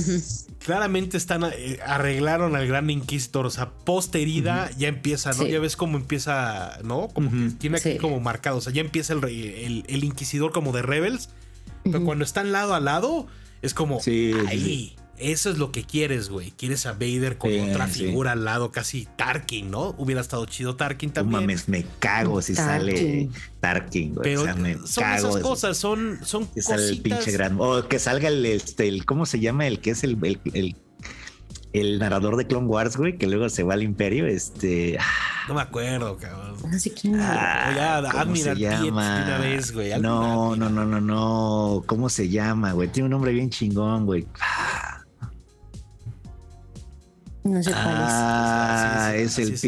Claramente están eh, arreglaron al Gran Inquisitor, o sea, posterida uh-huh. ya empieza, ¿no? Sí. Ya ves cómo empieza, ¿no? Como uh-huh. que tiene aquí sí. como marcado, o sea, ya empieza el, el, el Inquisidor como de Rebels, uh-huh. pero cuando están lado a lado es como sí, ahí. sí. Eso es lo que quieres, güey. Quieres a Vader con sí, otra figura sí. al lado, casi Tarkin, ¿no? Hubiera estado chido Tarkin también. No mames, me cago si Tarkin. sale Tarkin, güey. Pero o sea, me son cago esas cosas, son, son que cositas. Sale el pinche gran... O que salga el, este, el, ¿cómo se llama? El que es el, el, el, el narrador de Clone Wars, güey, que luego se va al Imperio, este... No me acuerdo, cabrón. No sé quién. Ah, ya, Admiral Piet de una vez, güey. No, no, no, no, no. ¿Cómo se llama, güey? Tiene un nombre bien chingón, güey. No sé cuál ah, es. Ah, es el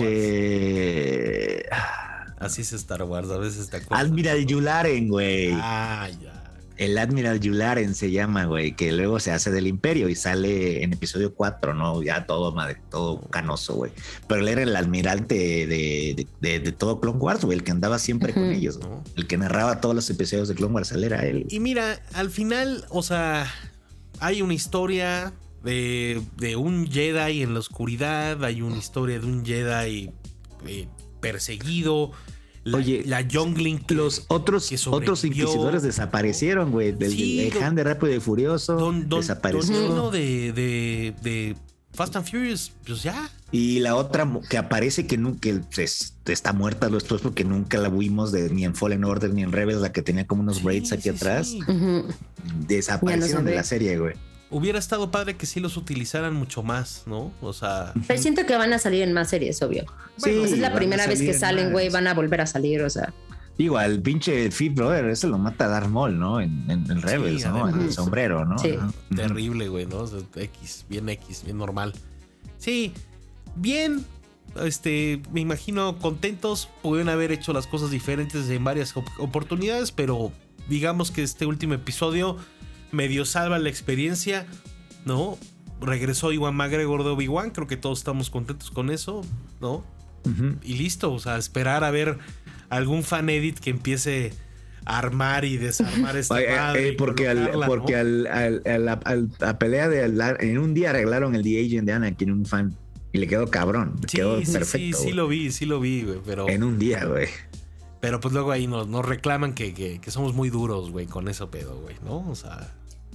pinche. Así es Star Wars, a veces te acuerdas. Admiral Yularen, güey. Ah, ya. El Admiral Yularen se llama, güey, que luego se hace del Imperio y sale en episodio cuatro, ¿no? Ya todo, madre, todo canoso, güey. Pero él era el almirante de, de, de, de todo Clone Wars, güey, el que andaba siempre uh-huh. con ellos, ¿no? El que narraba todos los episodios de Clone Wars, él era él. Y mira, al final, o sea, hay una historia de, de un Jedi en la oscuridad, hay una historia de un Jedi eh, perseguido. La, Oye, la Youngling que, los otros otros inquisidores desaparecieron, güey. Del sí, el Han de Rápido y Furioso don, don, desapareció. Don de, de, de Fast and Furious, pues ya. Y la otra que aparece que nunca es, está muerta los dos porque nunca la vimos de, ni en Fallen Order ni en Rebels, la que tenía como unos sí, braids aquí sí, atrás. Sí. Uh-huh. Desaparecieron de la serie, güey. Hubiera estado padre que sí los utilizaran mucho más, ¿no? O sea... Pero siento que van a salir en más series, obvio. Bueno, sí, es la primera vez que salen, güey, van a volver a salir, o sea... Digo, al pinche Fifth Brother, ese lo mata Darth Maul, ¿no? En, en, en Rebels, sí, ¿no? En el sombrero, ¿no? Sí. Ajá. Terrible, güey, ¿no? X, bien X, bien normal. Sí, bien... Este, me imagino contentos. Pudieron haber hecho las cosas diferentes en varias op- oportunidades, pero digamos que este último episodio... medio salva la experiencia, ¿no? Regresó Ewan McGregor de Obi-Wan, creo que todos estamos contentos con eso, ¿no? Uh-huh. Y listo, o sea, esperar a ver algún fan edit que empiece a armar y desarmar esta Oye, madre eh, porque al, porque ¿no? al, al, al, al, a pelea de al, en un día arreglaron el The Agent de Anakin, un fan, y le quedó cabrón, le sí, quedó sí, perfecto. Sí, sí lo vi, sí lo vi, güey, pero... En un día, güey. Pero pues luego ahí nos, nos reclaman que, que, que somos muy duros, güey, con eso pedo, güey, ¿no? O sea...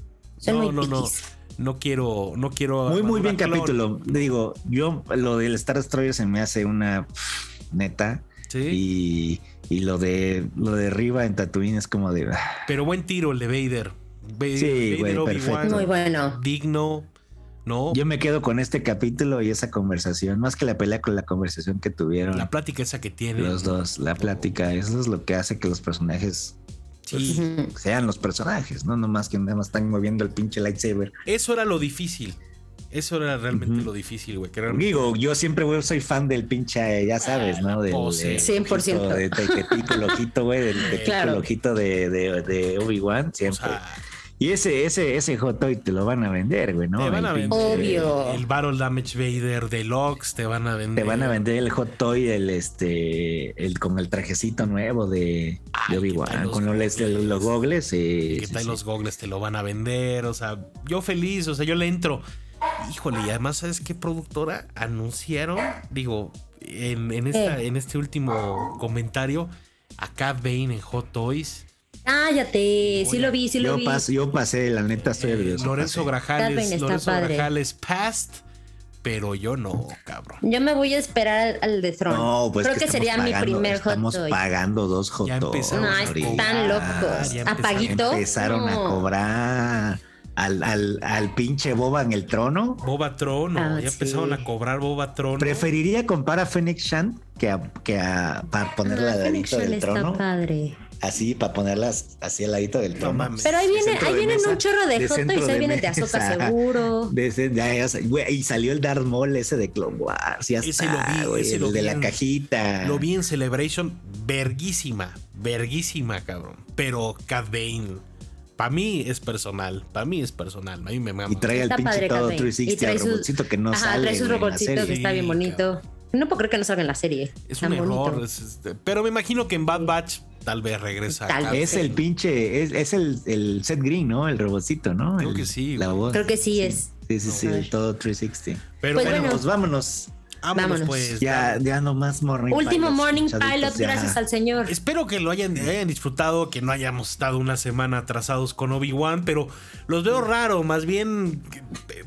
No, no, no, no quiero, no quiero. Muy, muy bien capítulo. Digo, yo lo del Star Destroyer se me hace una neta. Sí. Y, y lo de lo de Riva en Tatooine es como de. Pero buen tiro el de Vader. Vader sí, güey, perfecto. Muy bueno. Digno. No. Yo me quedo con este capítulo y esa conversación, más que la pelea, con la conversación que tuvieron. La plática esa que tienen. Los dos, la plática, eso es lo que hace que los personajes sí. pues, sean los personajes, no nomás que nada más están moviendo el pinche lightsaber. Eso era lo difícil. Eso era realmente uh-huh. lo difícil, güey. Realmente... Digo, yo siempre, güey, soy fan del pinche, ya sabes, ¿no? Del de, cien por ciento. De Tequetico, el ojito, güey, del Tequetico, claro. el ojito de, de, de Obi-Wan, siempre. O sea, y ese, ese, ese hot toy te lo van a vender, güey, ¿no? Te van a el vender. Obvio. El Battle Damage Vader Deluxe te van a vender. Te van a vender el hot toy, el este, el con el trajecito nuevo de, Ay, de Obi-Wan, con los, los, los gogles. Eh, que trae sí, los sí. gogles te lo van a vender, o sea, yo feliz, o sea, yo le entro. Híjole, y además, ¿sabes qué productora anunciaron? Digo, en, en, esta, en este último comentario, a Cad Bane en Hot Toys. Cállate, sí lo vi, sí lo yo vi. Pas, yo pasé, la neta, estoy eh, Lorenzo Grajales, Lorenzo Grajales past, pero yo no, cabrón. Yo me voy a esperar al de Throne. No, pues creo que, que sería pagando, mi primer hot estamos toy. Estamos pagando dos hot toys. No, están locos. Apaguito. Empezaron no. a cobrar al, al, al pinche Boba en el trono. Boba Trono, ah, ya sí. empezaron a cobrar Boba Trono. Preferiría comprar a Fennec Shand que a, que a para ponerla ah, al ladito del trono. Está padre. Así, para ponerlas así al ladito del trono. No, pero ahí viene, ahí vienen un chorro de, de hot toys, ahí viene de Ahsoka seguro. De ese, ya, ya, güey, y salió el Darth Maul ese de Clone Wars. Ya ese está, lo vi, güey, ese el lo de vi la en, cajita. Lo vi en Celebration, verguísima, verguísima, cabrón. Pero Cad Bane, para mí es personal, para mí es personal, a mí me mama. Y trae el pinche todo trescientos sesenta al robotcito que no ajá, sale. Trae su robotcito que está bien bonito. No puedo creer que no salga en la serie. Es un error, es, es, pero me imagino que en Bad Batch tal vez regresa. Tal vez. Es el pinche, es, es el, el Seth Green, ¿no? El robotcito, ¿no? Creo el, que sí. La voz. Creo que sí, sí es. Sí, sí, sí, el todo trescientos sesenta. Pero pues bueno, bueno, pues vámonos. Vámonos, vámonos pues. Ya, ya no más Morning Último Pilot, Morning Pilot, gracias al Señor. Espero que lo hayan, hayan disfrutado, que no hayamos estado una semana atrasados con Obi-Wan, pero los veo raro, más bien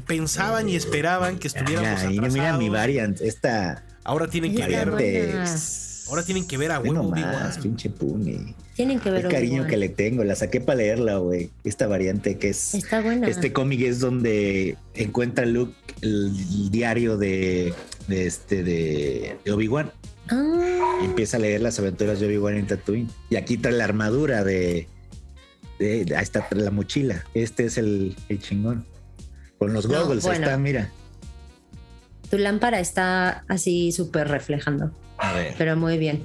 pensaban y esperaban que estuviéramos mira, atrasados. Mira mi variant, esta Ahora tienen que variante. ver. Ahora tienen que ver a huevo Obi-Wan. Pinche Puni. Tienen que ver el cariño que le tengo, la saqué para leerla, güey. Esta variante que es. Está buena. Este cómic es donde encuentra Luke el diario de, de este de, de Obi-Wan. Ah. Y empieza a leer las aventuras de Obi-Wan en Tatooine. Y aquí trae la armadura de. de, de ahí está la mochila. Este es el, el chingón. Con los No, goggles, bueno. está, mira. Tu lámpara está así súper reflejando. A ver. Pero muy bien.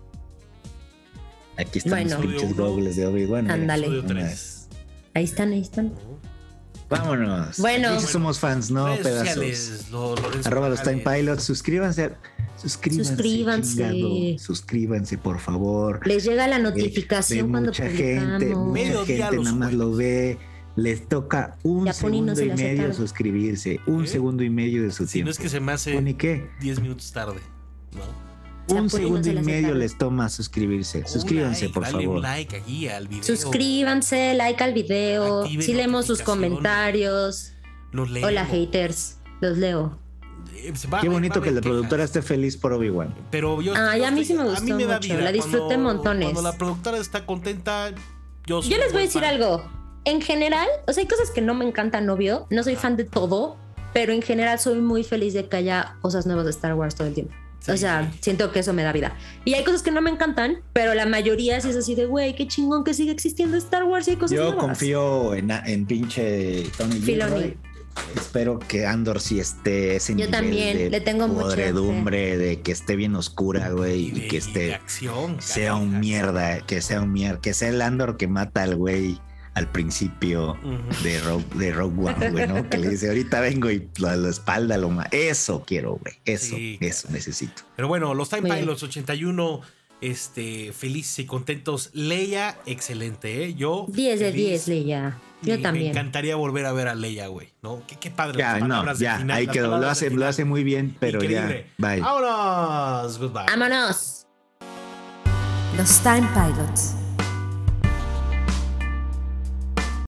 Aquí están Bueno. los pinches goggles de Obi-Wan. mira. Ándale. Episodio tres. Ahí están, ahí están. Vámonos. Bueno. Aquí sí somos fans, no Redes pedazos. sociales, lo- Lorenzo Arroba los Time Morales. Pilots. Suscríbanse. Suscríbanse. Suscríbanse. chingado. Suscríbanse, por favor. Les llega la De- notificación de cuando mucha publicamos. gente, mucha Medio día gente los nada más lo ve. Les toca un Ya Pony no segundo se y le hace medio tarde. suscribirse. Un ¿Eh? segundo y medio de su Si tiempo. no es que se me hace ¿Pony qué? diez minutos tarde, ¿no? Un Chapulín no segundo se y le hace medio tarde. les toma suscribirse. Suscríbanse, Un like, por dale favor. un like aquí al video. Suscríbanse, like al video. Activen Sí leemos sus notificaciones. comentarios. Los leemos. Hola, haters. Los leo. Eh, va a Qué haber- bonito va a que haber la productora quejas. esté feliz por Obi-Wan. Pero yo, Ay, yo a mí estoy- sí me gustó me da mucho, vida. la disfruté Cuando- montones. Cuando la productora está contenta, yo soy Yo les un voy a buen decir fan. algo. En general, o sea, hay cosas que no me encantan, obvio. No soy fan de todo, pero en general soy muy feliz de que haya cosas nuevas de Star Wars todo el tiempo. Sí, o sea, sí. siento que eso me da vida. Y hay cosas que no me encantan, pero la mayoría sí es así de, güey, qué chingón que sigue existiendo Star Wars y hay cosas Yo nuevas. confío en, en pinche Tony Filoni. Gilroy. Espero que Andor sí esté ese Yo nivel también, de le tengo mucha podredumbre, de que esté bien oscura, güey, y de- que de esté acción, sea caray, un acción. mierda, que sea un mierda, que sea el Andor que mata al güey al principio Ujú. de Rogue, de Rogue One, güey, ¿no? Que le dice, ahorita vengo y la, la espalda lo ma... Eso quiero, güey, eso, Sí, eso necesito. Pero bueno, los Time Muy bien. Pilots ochenta y uno, este, felices y contentos. Leia, excelente, ¿eh? Yo. diez de feliz. diez, Leia. Y Yo Me también. encantaría volver a ver a Leia, güey, ¿no? Qué, qué padre. Ya, las no, palabras del ya, final, ahí las quedó, lo palabras hace, del lo final. hace muy bien, pero Increíble. ya, bye. Vámonos. Goodbye. ¡Vámonos! Los Time Pilots.